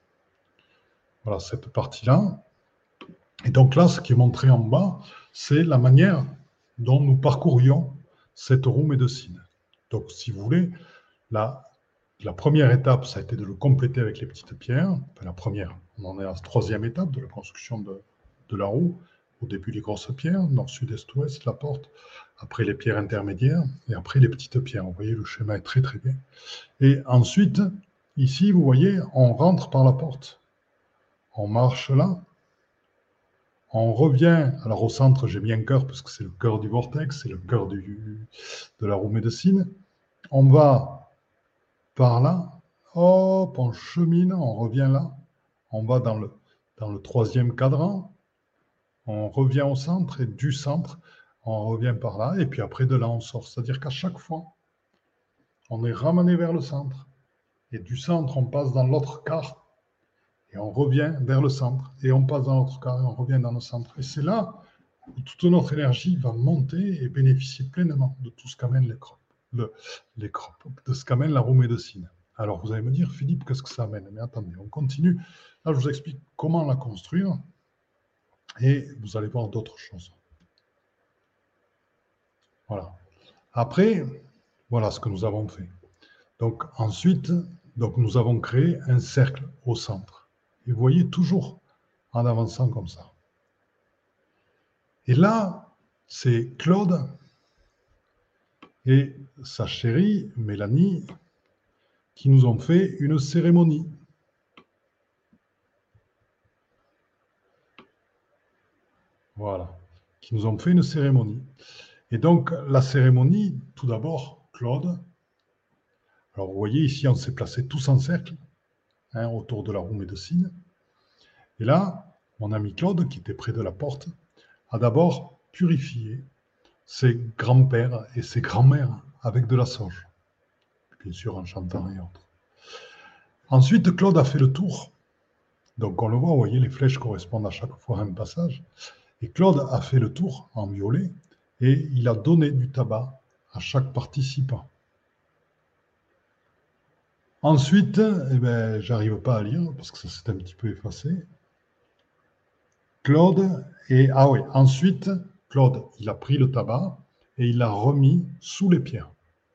voilà, cette partie-là. Et donc là, ce qui est montré en bas, c'est la manière dont nous parcourions cette roue médecine. Donc, si vous voulez, la première étape, ça a été de le compléter avec les petites pierres. Enfin, la première, on en est à la troisième étape de la construction de la roue. Au début, les grosses pierres, nord, sud, est, ouest, la porte. Après, les pierres intermédiaires. Et après, les petites pierres. Vous voyez, le schéma est très, très bien. Et ensuite, ici, vous voyez, on rentre par la porte. On marche là. On revient. Alors, au centre, j'ai mis un cœur parce que c'est le cœur du vortex, c'est le cœur de la roue médecine. On va par là. Hop, on chemine, on revient là, on va dans le troisième cadran, on revient au centre et du centre, on revient par là et puis après de là on sort. C'est-à-dire qu'à chaque fois, on est ramené vers le centre et du centre on passe dans l'autre quart et on revient vers le centre et on passe dans l'autre quart et on revient dans le centre. Et c'est là où toute notre énergie va monter et bénéficier pleinement de tout ce qu'amène les crops, de ce qu'amène la roue médecine. Alors, vous allez me dire, Philippe, qu'est-ce que ça amène? Mais attendez, on continue. Là, je vous explique comment la construire et vous allez voir d'autres choses. Voilà. Après, voilà ce que nous avons fait. Donc, ensuite, nous avons créé un cercle au centre. Et vous voyez, toujours en avançant comme ça. Et là, c'est Claude et sa chérie, Mélanie, qui nous ont fait une cérémonie. Voilà, qui nous ont fait une cérémonie. Et donc, la cérémonie, tout d'abord, Claude. Alors, vous voyez, ici, on s'est placés tous en cercle, autour de la roue médecine. Et là, mon ami Claude, qui était près de la porte, a d'abord purifié ses grands-pères et ses grands-mères avec de la sauge. bien sûr en chantant et autres. Ensuite, Claude a fait le tour. Donc on le voit, vous voyez, les flèches correspondent à chaque fois à un passage. Et Claude a fait le tour en violet et il a donné du tabac à chaque participant. Ensuite, eh ben, j'arrive pas à lire parce que ça s'est un petit peu effacé. Claude ah oui, ensuite, Claude, il a pris le tabac et il l'a remis sous les pierres.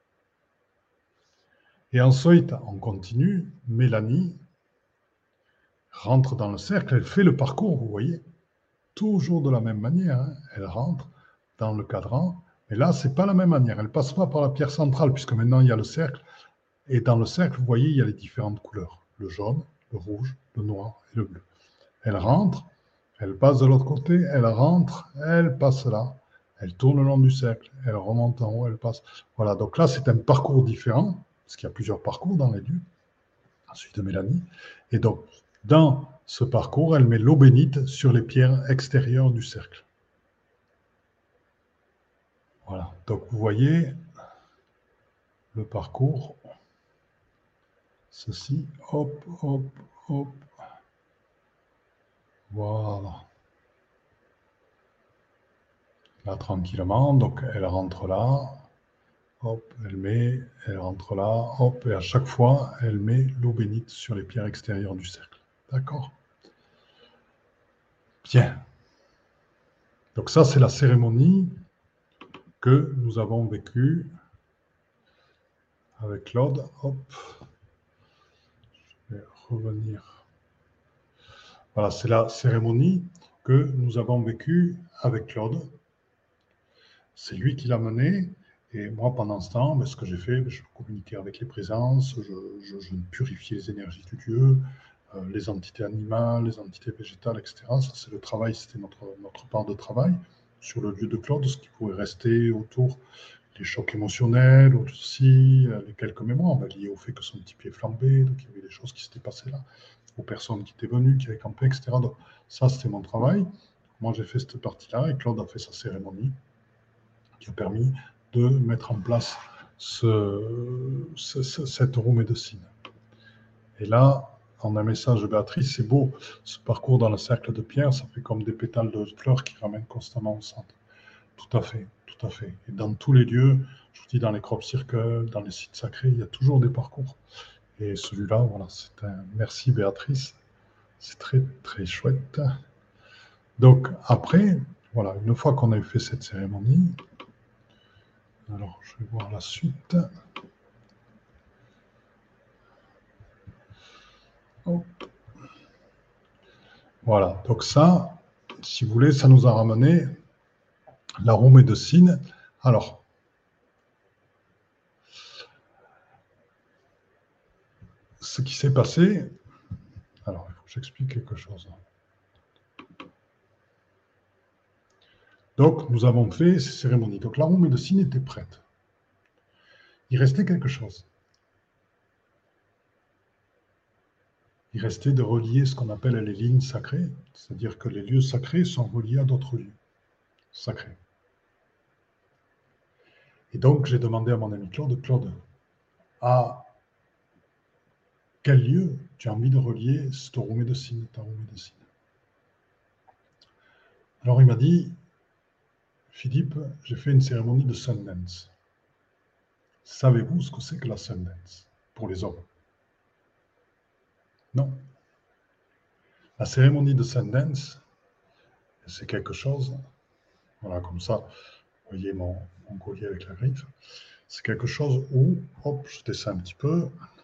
Et ensuite, on continue, Mélanie rentre dans le cercle, elle fait le parcours, vous voyez, toujours de la même manière, hein. Elle rentre dans le cadran, mais là, c'est pas la même manière, elle passe pas par la pierre centrale, puisque maintenant il y a le cercle, et dans le cercle, vous voyez, il y a les différentes couleurs, le jaune, le rouge, le noir et le bleu. Elle rentre, elle passe de l'autre côté, elle rentre, elle passe là, elle tourne le long du cercle, elle remonte en haut, elle passe. Voilà, donc là, c'est un parcours différent, parce qu'il y a plusieurs parcours dans les lieux, ensuite de Mélanie. Et donc, dans ce parcours, elle met l'eau bénite sur les pierres extérieures du cercle. Voilà, donc vous voyez le parcours, ceci, hop, hop, hop, voilà. Là, tranquillement, donc elle rentre là, hop, elle rentre là, hop, et à chaque fois, elle met l'eau bénite sur les pierres extérieures du cercle. D'accord? Bien. Donc ça, c'est la cérémonie que nous avons vécue avec Claude. Hop. Je vais revenir. Voilà, c'est la cérémonie que nous avons vécue avec Claude. C'est lui qui l'a menée. Et moi, pendant ce temps, ce que j'ai fait, je communiquais avec les présences, je purifiais les énergies du Dieu, les entités animales, les entités végétales, etc. Ça, c'est le travail, c'était notre part de travail sur le lieu de Claude, ce qui pourrait rester autour, les chocs émotionnels, aussi les quelques mémoires liées au fait que son petit pied flambait, donc il y avait des choses qui s'étaient passées là, aux personnes qui étaient venues, qui avaient campé, etc. Donc ça, c'était mon travail. Moi, j'ai fait cette partie-là et Claude a fait sa cérémonie qui a permis de mettre en place cette roue médecine. Et là, on a un message de Béatrice, c'est beau, ce parcours dans le cercle de pierre, ça fait comme des pétales de fleurs qui ramènent constamment au centre. Tout à fait, tout à fait. Et dans tous les lieux, je vous dis, dans les crop circles, dans les sites sacrés, il y a toujours des parcours. Et celui-là, voilà, c'est un merci Béatrice, c'est très, très chouette. Donc après, voilà, une fois qu'on a eu fait cette cérémonie, alors je vais voir la suite. Hop. Voilà, donc ça, si vous voulez, ça nous a ramené la roue médecine. Alors, ce qui s'est passé, alors il faut que j'explique quelque chose. Donc, nous avons fait ces cérémonies. Donc, la roue médecine était prête. Il restait quelque chose. Il restait de relier ce qu'on appelle les lignes sacrées, c'est-à-dire que les lieux sacrés sont reliés à d'autres lieux sacrés. Et donc, j'ai demandé à mon ami Claude, à quel lieu tu as envie de relier cette roue médecine, ta roue médecine? Alors, il m'a dit, Philippe, j'ai fait une cérémonie de Sundance. Savez-vous ce que c'est que la Sundance pour les hommes? Non. La cérémonie de Sundance, c'est quelque chose, voilà, comme ça, vous voyez mon collier avec la griffe, c'est quelque chose où, hop, je descends un petit peu,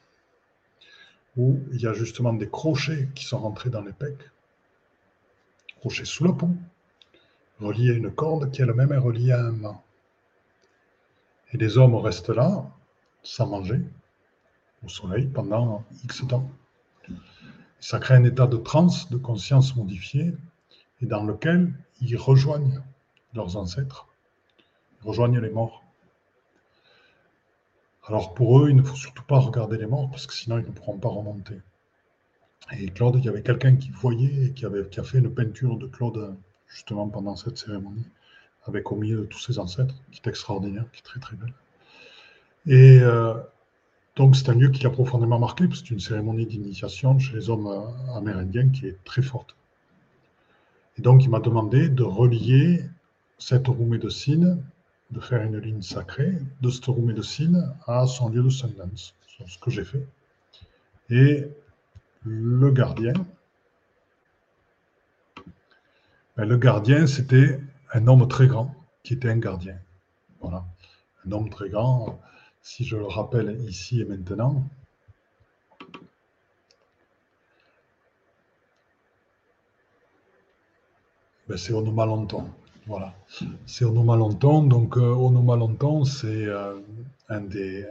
où il y a justement des crochets qui sont rentrés dans les pecs, crochets sous la peau, reliés à une corde qui elle-même est reliée à un mât. Et les hommes restent là, sans manger, au soleil, pendant X temps. Ça crée un état de transe, de conscience modifiée, et dans lequel ils rejoignent leurs ancêtres, ils rejoignent les morts. Alors pour eux, il ne faut surtout pas regarder les morts, parce que sinon ils ne pourront pas remonter. Et Claude, il y avait quelqu'un qui voyait et qui a fait une peinture de Claude, justement pendant cette cérémonie, avec au milieu de tous ses ancêtres, qui est extraordinaire, qui est très très belle. Et Donc c'est un lieu qui l'a profondément marqué, parce que c'est une cérémonie d'initiation chez les hommes amérindiens qui est très forte. Et donc il m'a demandé de relier cette roue médecine, de faire une ligne sacrée de cette roue médecine à son lieu de Sundance. C'est ce que j'ai fait. Et le gardien, c'était un homme très grand qui était un gardien. Voilà. Un homme très grand, si je le rappelle ici et maintenant, c'est Onoma Lonton. Voilà. C'est Onoma Lonton. Donc, Onoma Lonton, c'est un des.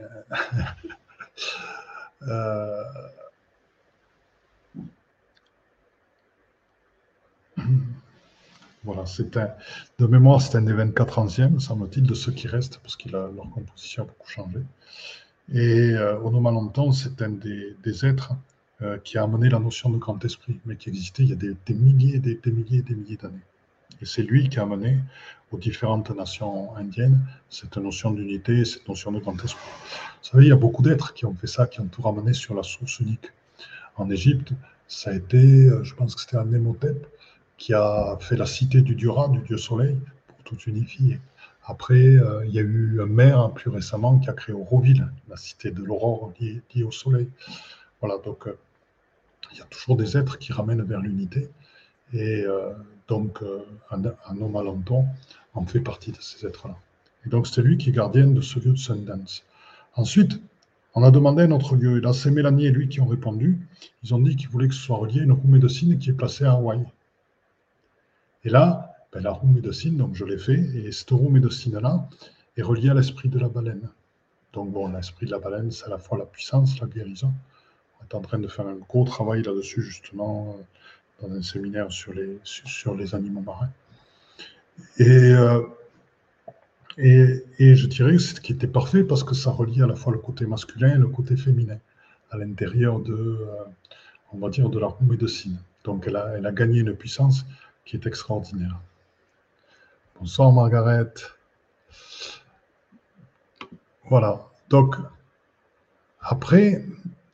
Voilà, de mémoire, c'est un des 24 anciens, semble-t-il, de ceux qui restent, parce que leur composition a beaucoup changé. Et Onoma Lonton, c'est un des êtres qui a amené la notion de grand esprit, mais qui existait il y a des milliers, des milliers et des milliers d'années. Et c'est lui qui a amené aux différentes nations indiennes cette notion d'unité, cette notion de grand esprit. Vous savez, il y a beaucoup d'êtres qui ont fait ça, qui ont tout ramené sur la source unique. En Égypte, ça a été, je pense que c'était Amenhotep, qui a fait la cité du dieu Ra, du dieu soleil, pour tout unifier. Après, il y a eu un maire plus récemment qui a créé Auroville, la cité de l'aurore liée au soleil. Voilà, donc il y a toujours des êtres qui ramènent vers l'unité. Et donc, Onoma Lonton en fait partie de ces êtres-là. Et donc, c'est lui qui est gardien de ce lieu de Sundance. Ensuite, on a demandé un autre lieu. Et là, c'est Mélanie et lui qui ont répondu. Ils ont dit qu'ils voulaient que ce soit relié à une roue médecine qui est placée à Hawaï. Et là, la roue médecine, donc je l'ai fait. Et cette roue médecine-là est reliée à l'esprit de la baleine. Donc, bon, l'esprit de la baleine, c'est à la fois la puissance, la guérison. On est en train de faire un gros travail là-dessus, justement, dans un séminaire sur les animaux marins. Et je dirais que c'est ce qui était parfait parce que ça relie à la fois le côté masculin et le côté féminin à l'intérieur on va dire, de la roue médecine. Donc elle a gagné une puissance qui est extraordinaire. Bonsoir Margaret. Voilà. Donc après,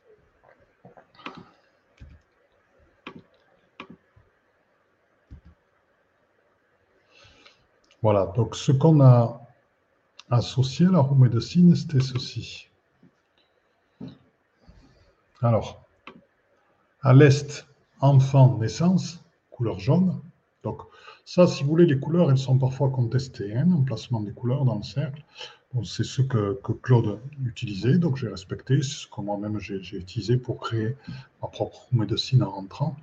voilà. Donc ce qu'on a associé à la roue médecine, c'était ceci. Alors, à l'est, enfant, naissance, couleur jaune. Donc, ça, si vous voulez, les couleurs, elles sont parfois contestées, hein, l'emplacement des couleurs dans le cercle. Bon, c'est ce que Claude utilisait, donc j'ai respecté, c'est ce que moi-même j'ai utilisé pour créer ma propre médecine en rentrant.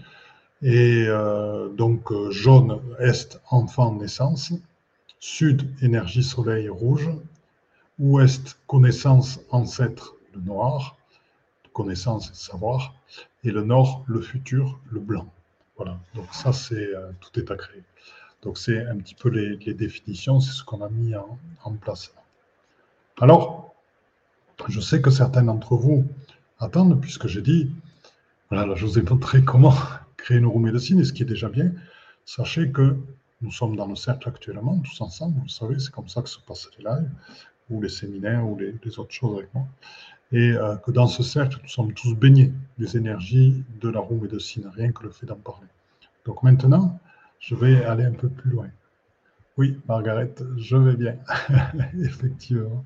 Et donc, jaune, est, enfant, naissance. Sud, énergie, soleil, rouge. Ouest, connaissance, ancêtre, le noir. Connaissance et savoir. Et le nord, le futur, le blanc. Voilà, donc ça, tout est à créer. Donc c'est un petit peu les définitions, c'est ce qu'on a mis en place. Alors, je sais que certains d'entre vous attendent, puisque j'ai dit, voilà, là, je vous ai montré comment créer une roue médecine, et ce qui est déjà bien, sachez que nous sommes dans le cercle actuellement, tous ensemble, vous le savez, c'est comme ça que se passent les lives, ou les séminaires, ou les autres choses avec moi. Et que dans ce cercle, nous sommes tous baignés des énergies de la roue médecine, rien que le fait d'en parler. Donc maintenant, je vais aller un peu plus loin. Oui, Margaret, je vais bien, effectivement.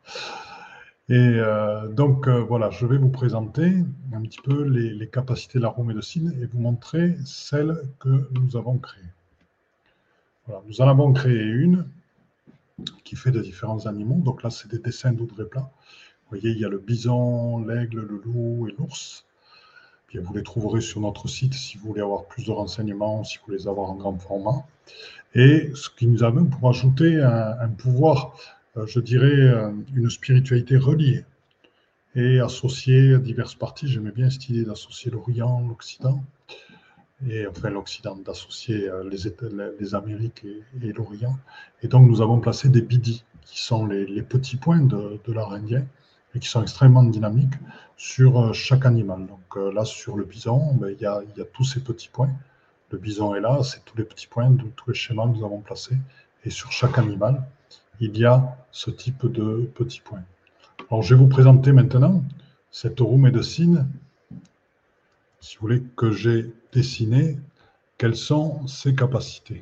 Et donc, voilà, je vais vous présenter un petit peu les capacités de la roue médecine et vous montrer celles que nous avons créées. Voilà, nous en avons créé une qui fait de différents animaux. Donc là, c'est des dessins d'Audrey Plat. Vous voyez, il y a le bison, l'aigle, le loup et l'ours. Puis vous les trouverez sur notre site si vous voulez avoir plus de renseignements, si vous voulez les avoir en grand format. Et ce qui nous amène pour ajouter un pouvoir, je dirais, une spiritualité reliée et associée à diverses parties. J'aimais bien cette idée d'associer l'Orient, l'Occident, et enfin l'Occident, d'associer les Amériques et l'Orient. Et donc nous avons placé des bidis, qui sont les petits points de l'art indien, et qui sont extrêmement dynamiques sur chaque animal. Donc là, sur le bison, il y a tous ces petits points. Le bison est là, c'est tous les petits points, tous les schémas que nous avons placés. Et sur chaque animal, il y a ce type de petits points. Alors, je vais vous présenter maintenant cette roue médecine, si vous voulez, que j'ai dessinée. Quelles sont ses capacités?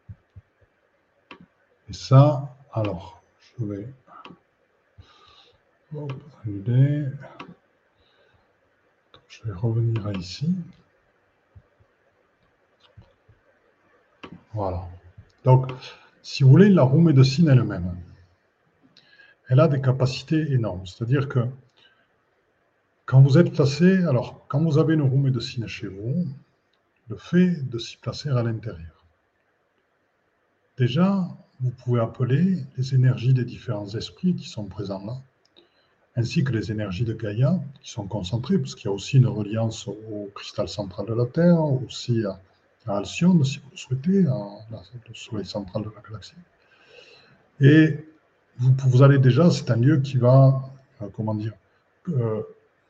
Et ça, alors, je vais annuler. Je vais revenir à ici. Voilà. Donc, si vous voulez, la roue médecine elle-même, elle a des capacités énormes. C'est-à-dire que quand vous êtes placé, alors, quand vous avez une roue médecine chez vous, le fait de s'y placer à l'intérieur, déjà, vous pouvez appeler les énergies des différents esprits qui sont présents là, ainsi que les énergies de Gaïa qui sont concentrées, parce qu'il y a aussi une reliance au cristal central de la Terre, aussi à Alcyone, si vous le souhaitez, le soleil central de la galaxie. Et vous allez déjà, c'est un lieu qui va, comment dire, euh,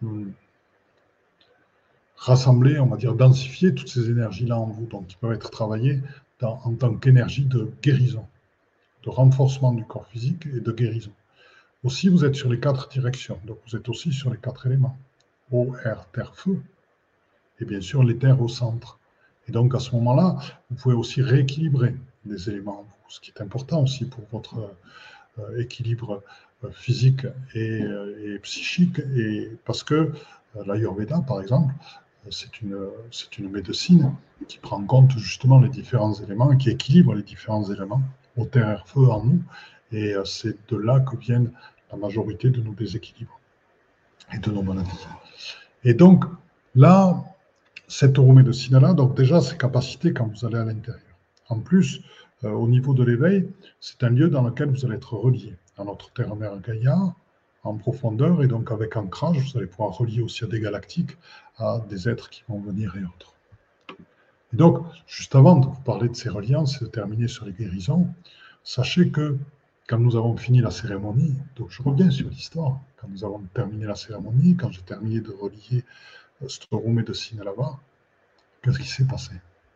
rassembler, on va dire, densifier toutes ces énergies-là en vous, donc qui peuvent être travaillées en tant qu'énergie de guérison, de renforcement du corps physique et de guérison. Aussi, vous êtes sur les 4 directions, donc vous êtes aussi sur les 4 éléments, eau, air, terre, feu, et bien sûr l'éther au centre. Et donc à ce moment-là, vous pouvez aussi rééquilibrer les éléments en vous, ce qui est important aussi pour votre équilibre physique et psychique, et parce que l'Ayurveda, par exemple, c'est une médecine qui prend en compte justement les différents éléments, qui équilibre les différents éléments, eau, terre, air, feu en nous, et c'est de là que viennent la majorité de nos déséquilibres et de nos maladies. Et donc, là, cette euromédecine-là, donc déjà, ses capacités quand vous allez à l'intérieur. En plus, au niveau de l'éveil, c'est un lieu dans lequel vous allez être relié à notre terre-mère Gaïa, en profondeur, et donc avec ancrage, vous allez pouvoir relier aussi à des galactiques, à des êtres qui vont venir et autres. Et donc, juste avant de vous parler de ces reliances et de terminer sur les guérisons, sachez que quand nous avons fini la cérémonie, donc je reviens sur l'histoire, quand nous avons terminé la cérémonie, quand j'ai terminé de relier cette roue médecine là-bas, qu'est-ce qui s'est passé?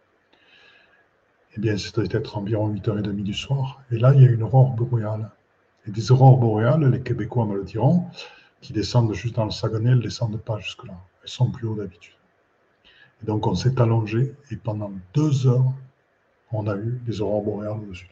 Eh bien, c'était peut-être environ 8h30 du soir, et là, il y a une aurore boréale. Et des aurores boréales, les Québécois me le diront, qui descendent juste dans le Saguenay, elles ne descendent pas jusque-là. Elles sont plus haut d'habitude. Et donc, on s'est allongé, et pendant 2 heures, on a eu des aurores boréales au-dessus.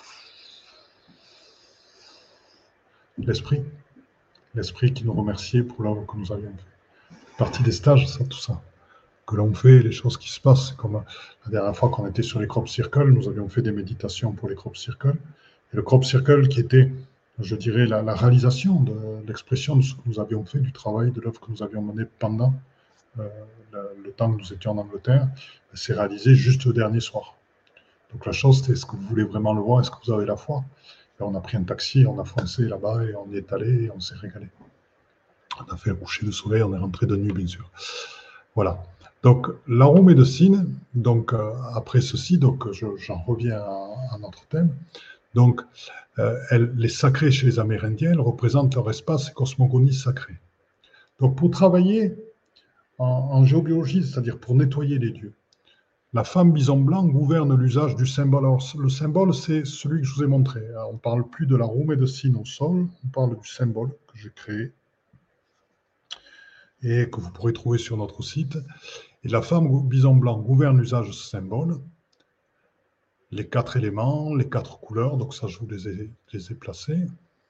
L'esprit qui nous remerciait pour l'œuvre que nous avions fait. Partie des stages, ça, tout ça, que l'on fait, les choses qui se passent. Comme la dernière fois qu'on était sur les crop circles, nous avions fait des méditations pour les crop circles. Et le crop circle qui était, je dirais, la réalisation de l'expression de ce que nous avions fait, du travail, de l'œuvre que nous avions mené pendant le temps que nous étions en Angleterre, s'est réalisé juste le dernier soir. Donc la chose, c'était, est-ce que vous voulez vraiment le voir? Est-ce que vous avez la foi? Et on a pris un taxi, on a foncé là-bas et on y est allé et on s'est régalé. On a fait le coucher de soleil, on est rentré de nuit, bien sûr. Voilà. Donc, l'aromédecine, donc après ceci, donc j'en reviens à notre thème. Donc, les sacrés chez les Amérindiens, elles représentent leur espace et cosmogonie sacrée. Donc, pour travailler en géobiologie, c'est-à-dire pour nettoyer les lieux, la femme bison blanc gouverne l'usage du symbole. Alors, le symbole, c'est celui que je vous ai montré. Alors, on ne parle plus de la roue médecine au sol, on parle du symbole que j'ai créé et que vous pourrez trouver sur notre site. Et la femme bison blanc gouverne l'usage de ce symbole, les 4 éléments, les 4 couleurs, donc ça, je vous les ai placés.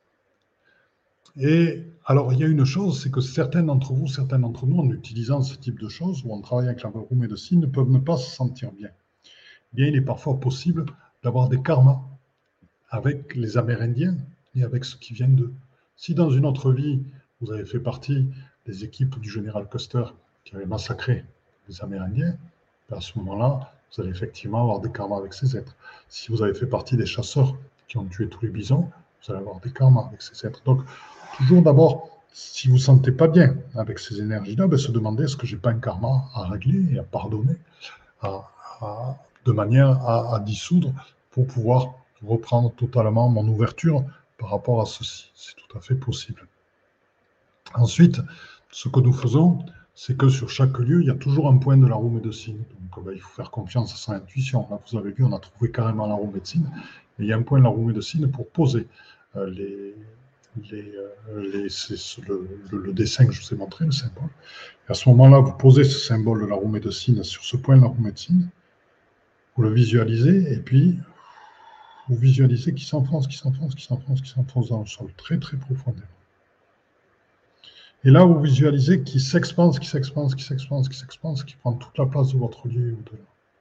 Et alors, il y a une chose, c'est que certains d'entre vous, certains d'entre nous, en utilisant ce type de choses, ou en travaillant avec la roue médecine, ne peuvent ne pas se sentir bien. Bien, il est parfois possible d'avoir des karmas avec les Amérindiens et avec ceux qui viennent d'eux. Si dans une autre vie, vous avez fait partie des équipes du général Custer qui avait massacré les Amérindiens, à ce moment-là, vous allez effectivement avoir des karmas avec ces êtres. Si vous avez fait partie des chasseurs qui ont tué tous les bisons, vous allez avoir des karmas avec ces êtres. Donc, toujours d'abord, si vous ne vous sentez pas bien avec ces énergies-là, ben, se demander est-ce que je n'ai pas un karma à régler et à pardonner, de manière à dissoudre pour pouvoir reprendre totalement mon ouverture par rapport à ceci. C'est tout à fait possible. Ensuite, ce que nous faisons, c'est que sur chaque lieu, il y a toujours un point de la roue médecine. Donc, il faut faire confiance à son intuition. Là, vous avez vu, on a trouvé carrément la roue médecine. Mais il y a un point de la roue médecine pour poser les le dessin que je vous ai montré, le symbole. Et à ce moment-là, vous posez ce symbole de la roue médecine sur ce point de la roue médecine, vous le visualisez, et puis vous visualisez qu'il s'enfonce, qu'il s'enfonce, qu'il s'enfonce, qu'il s'enfonce dans le sol, très très profondément. Et là, vous visualisez qu'il s'expanse, qu'il s'expanse, qu'il s'expanse, qu'il s'expanse, qu'il prend toute la place de votre lieu au-delà.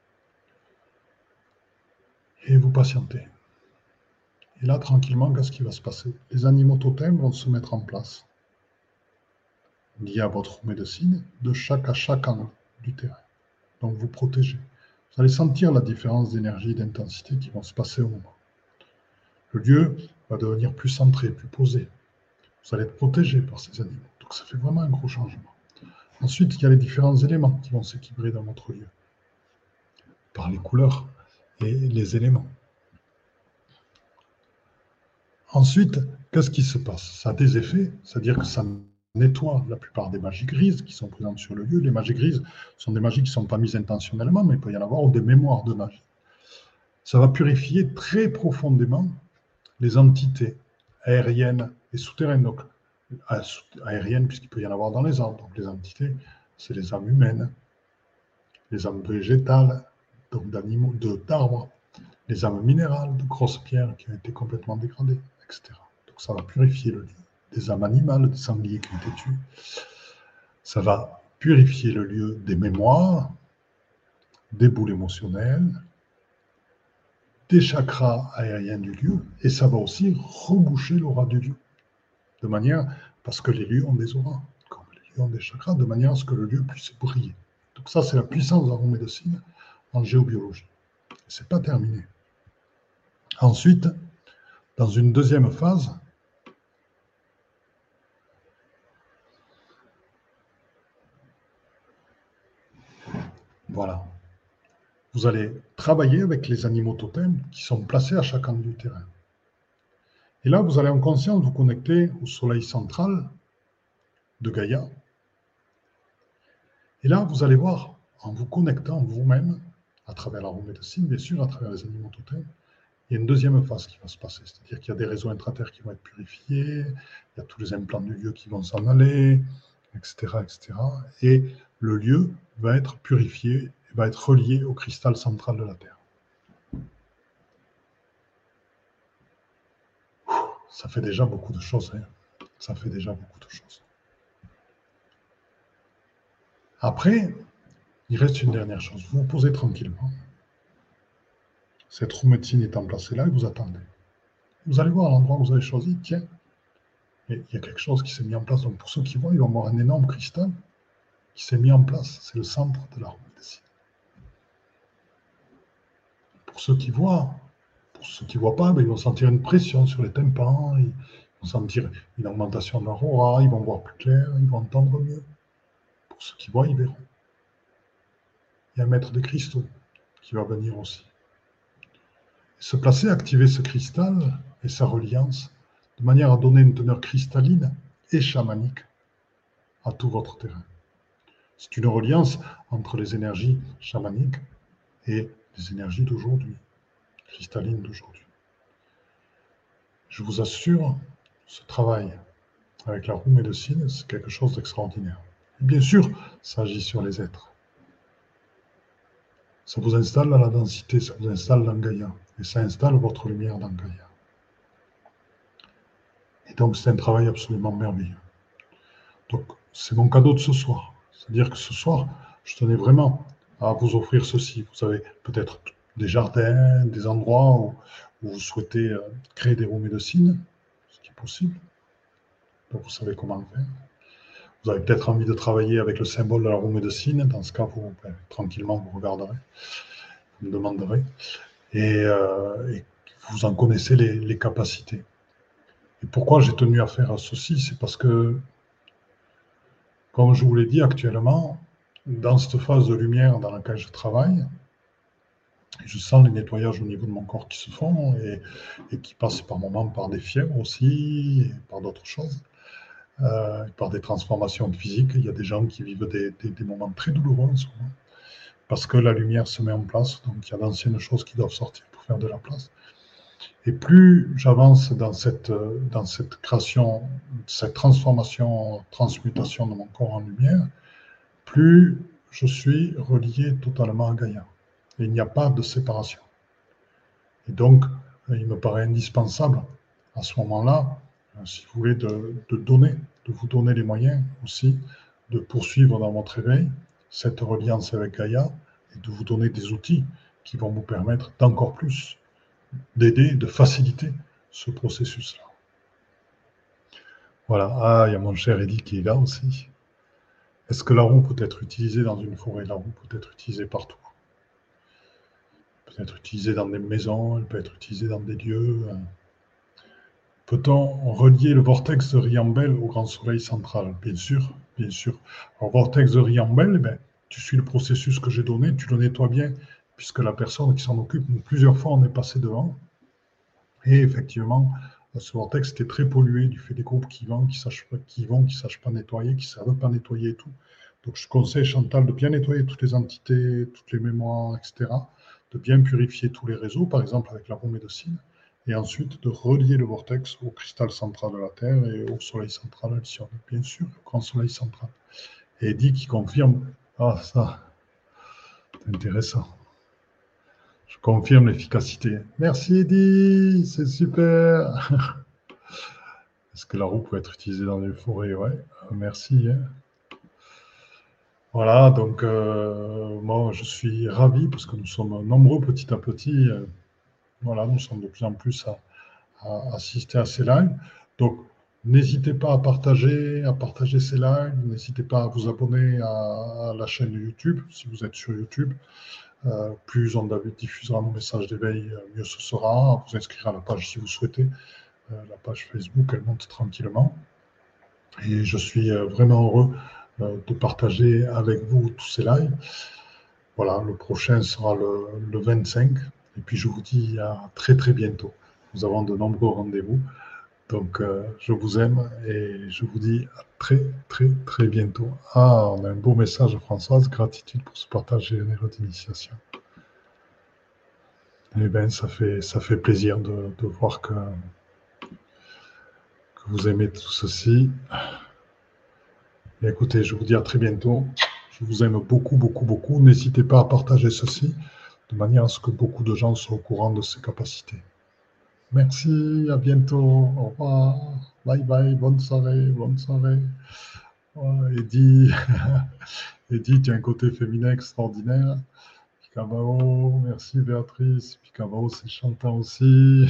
Et vous patientez. Et là, tranquillement, qu'est-ce qui va se passer? Les animaux totems vont se mettre en place, liés à votre roue médecine, à chaque angle du terrain. Donc, vous protégez. Vous allez sentir la différence d'énergie et d'intensité qui vont se passer au moment. Le lieu va devenir plus centré, plus posé. Vous allez être protégé par ces animaux. Donc ça fait vraiment un gros changement. Ensuite, il y a les différents éléments qui vont s'équilibrer dans votre lieu, par les couleurs et les éléments. Ensuite, qu'est-ce qui se passe? Ça a des effets, c'est-à-dire que ça nettoie la plupart des magies grises qui sont présentes sur le lieu. Les magies grises sont des magies qui ne sont pas mises intentionnellement, mais il peut y en avoir des mémoires de magie. Ça va purifier très profondément les entités aériennes et souterraines. Donc, aériennes, puisqu'il peut y en avoir dans les arbres. Donc, les entités, c'est les âmes humaines, les âmes végétales, donc d'animaux, d'arbres, les âmes minérales, de grosses pierres qui ont été complètement dégradées, etc. Donc, ça va purifier le lieu. Des âmes animales, des sangliers qui ont été tués. Ça va purifier le lieu des mémoires, des boules émotionnelles, des chakras aériens du lieu, et ça va aussi reboucher l'aura du lieu. De manière, parce que les lieux ont des auras, comme les lieux ont des chakras, de manière à ce que le lieu puisse briller. Donc ça, c'est la puissance de la roue médecine en géobiologie. Ce n'est pas terminé. Ensuite, dans une deuxième phase, voilà, vous allez travailler avec les animaux totems qui sont placés à chaque angle du terrain. Et là, vous allez en conscience vous connecter au soleil central de Gaïa. Et là, vous allez voir, en vous connectant vous-même, à travers la roue médecine, bien sûr, à travers les animaux totems, il y a une deuxième phase qui va se passer. C'est-à-dire qu'il y a des réseaux intraterres qui vont être purifiés, il y a tous les implants du lieu qui vont s'en aller, etc., etc. Et le lieu va être purifié, et va être relié au cristal central de la Terre. Ça fait déjà beaucoup de choses. Hein. Ça fait déjà beaucoup de choses. Après, il reste une dernière chose. Vous vous posez tranquillement. Cette roue médecine étant placée là et vous attendez. Vous allez voir l'endroit que vous avez choisi. Tiens, il y a quelque chose qui s'est mis en place. Donc pour ceux qui voient, ils vont voir un énorme cristal qui s'est mis en place. C'est le centre de la roue médecine. Pour ceux qui voient pas, ben, ils vont sentir une pression sur les tympans, ils vont sentir une augmentation de leur aura, ils vont voir plus clair, ils vont entendre mieux. Pour ceux qui voient, ils verront. Il y a un maître des cristaux qui va venir aussi. Se placer, activer ce cristal et sa reliance de manière à donner une teneur cristalline et chamanique à tout votre terrain. C'est une reliance entre les énergies chamaniques et les énergies d'aujourd'hui, cristallines d'aujourd'hui. Je vous assure, ce travail avec la roue médecine, c'est quelque chose d'extraordinaire. Et bien sûr, ça agit sur les êtres. Ça vous installe dans la densité, ça vous installe dans Gaïa, et ça installe votre lumière dans Gaïa. Et donc, c'est un travail absolument merveilleux. Donc, c'est mon cadeau de ce soir. C'est-à-dire que ce soir, je tenais vraiment à vous offrir ceci. Vous avez peut-être des jardins, des endroits où vous souhaitez créer des roues médecines, ce qui est possible. Donc, vous savez comment le faire. Vous avez peut-être envie de travailler avec le symbole de la roue médecine. Dans ce cas, vous, tranquillement, vous regarderez, vous me demanderez. Et vous en connaissez les capacités. Et pourquoi j'ai tenu à faire ceci? C'est parce que, comme je vous l'ai dit actuellement, dans cette phase de lumière dans laquelle je travaille, je sens les nettoyages au niveau de mon corps qui se font et qui passent par moments par des fièvres aussi, et par d'autres choses, par des transformations physiques. Il y a des gens qui vivent des moments très douloureux en ce moment, parce que la lumière se met en place, donc il y a d'anciennes choses qui doivent sortir pour faire de la place. Et plus j'avance dans cette création, cette transformation, transmutation de mon corps en lumière, plus je suis relié totalement à Gaïa. Et il n'y a pas de séparation. Et donc, il me paraît indispensable, à ce moment-là, si vous voulez, de vous donner les moyens aussi de poursuivre dans votre éveil cette reliance avec Gaïa et de vous donner des outils qui vont vous permettre d'encore plus d'aider, de faciliter ce processus-là. Voilà. Ah, il y a mon cher Eddy qui est là aussi. Est-ce que la roue peut être utilisée dans une forêt? La roue peut être utilisée partout. Elle peut être utilisée dans des maisons, elle peut être utilisée dans des lieux. Peut-on relier le vortex de Riambel au grand soleil central? Bien sûr, bien sûr. Alors, vortex de Riambel, eh ben, tu suis le processus que j'ai donné, tu le nettoies bien, puisque la personne qui s'en occupe, plusieurs fois, on est passé devant. Et effectivement, ce vortex était très pollué du fait des groupes qui vont, qui ne sachent pas nettoyer, qui ne savent pas nettoyer et tout. Donc, je conseille, Chantal, de bien nettoyer toutes les entités, toutes les mémoires, etc., de bien purifier tous les réseaux, par exemple avec la roue médecine, et ensuite de relier le vortex au cristal central de la Terre et au soleil central Alcyone, bien sûr, au grand soleil central. Et Eddy qui confirme, ah ça, c'est intéressant. Je confirme l'efficacité. Merci Eddy, c'est super. Est-ce que la roue peut être utilisée dans les forêts? Ouais, merci. Voilà, donc moi je suis ravi parce que nous sommes nombreux petit à petit. Voilà, nous sommes de plus en plus à assister à ces lives. Donc n'hésitez pas à partager ces lives. N'hésitez pas à vous abonner à la chaîne YouTube si vous êtes sur YouTube. Plus on diffusera nos messages d'éveil, mieux ce sera. À vous inscrire à la page si vous souhaitez. La page Facebook, elle monte tranquillement. Et je suis vraiment heureux de partager avec vous tous ces lives. Voilà, le prochain sera le 25. Et puis je vous dis à très très bientôt. Nous avons de nombreux rendez-vous. Donc je vous aime et je vous dis à très très très bientôt. Ah, on a un beau message de Françoise. Gratitude pour ce partage généreux d'initiation. Eh bien, ça fait plaisir de voir que vous aimez tout ceci. Et écoutez, je vous dis à très bientôt. Je vous aime beaucoup, beaucoup, beaucoup. N'hésitez pas à partager ceci de manière à ce que beaucoup de gens soient au courant de ses capacités. Merci, à bientôt. Au revoir. Bye bye, bonne soirée, bonne soirée. Oh, Eddy, Eddy, tu as un côté féminin extraordinaire. Picabao, merci Béatrice. Picabao, c'est chantant aussi.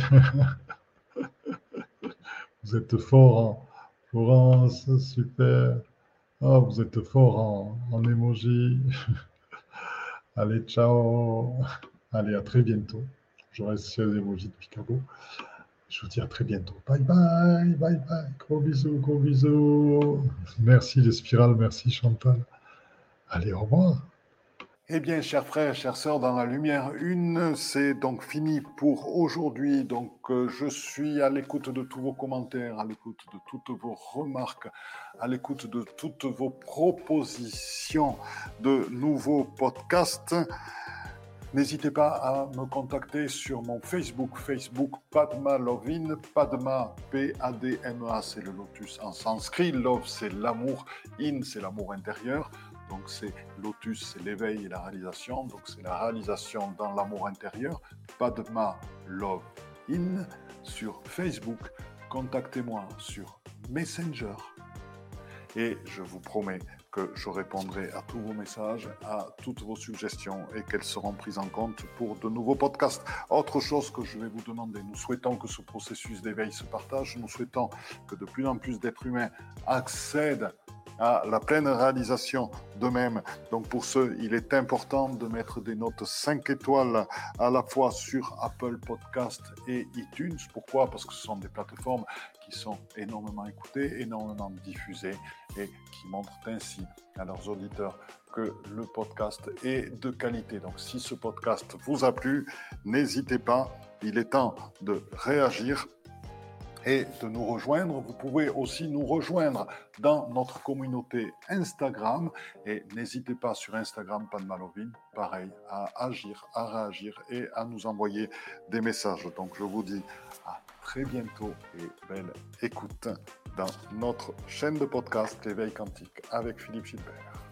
Vous êtes fort, hein. Florence, super. Ah, vous êtes fort en emoji. Allez, ciao. Allez, à très bientôt. Je reste sur les emojis de Picabo. Je vous dis à très bientôt. Bye bye, bye bye. Gros bisous, gros bisous. Merci les spirales, merci Chantal. Allez, au revoir. Eh bien, chers frères, chères sœurs, dans la lumière une, c'est donc fini pour aujourd'hui. Donc, je suis à l'écoute de tous vos commentaires, à l'écoute de toutes vos remarques, à l'écoute de toutes vos propositions de nouveaux podcasts. N'hésitez pas à me contacter sur mon Facebook Padma Lovin, Padma, P-A-D-M-A, c'est le lotus en sanskrit, Love, c'est l'amour, In, c'est l'amour intérieur. Donc c'est lotus, c'est l'éveil et la réalisation. Donc c'est la réalisation dans l'amour intérieur. Padma Love In sur Facebook. Contactez-moi sur Messenger. Et je vous promets que je répondrai à tous vos messages, à toutes vos suggestions et qu'elles seront prises en compte pour de nouveaux podcasts. Autre chose que je vais vous demander, nous souhaitons que ce processus d'éveil se partage. Nous souhaitons que de plus en plus d'êtres humains accèdent à la pleine réalisation d'eux-mêmes. Donc pour ce, il est important de mettre des notes 5 étoiles à la fois sur Apple Podcast et iTunes. Pourquoi? Parce que ce sont des plateformes qui sont énormément écoutées, énormément diffusées et qui montrent ainsi à leurs auditeurs que le podcast est de qualité. Donc si ce podcast vous a plu, n'hésitez pas, il est temps de réagir. et de nous rejoindre. Vous pouvez aussi nous rejoindre dans notre communauté Instagram et n'hésitez pas sur Instagram, Pan Malovine, pareil, à agir, à réagir et à nous envoyer des messages. Donc je vous dis à très bientôt et belle écoute dans notre chaîne de podcast L'éveil quantique avec Philippe Gilbert.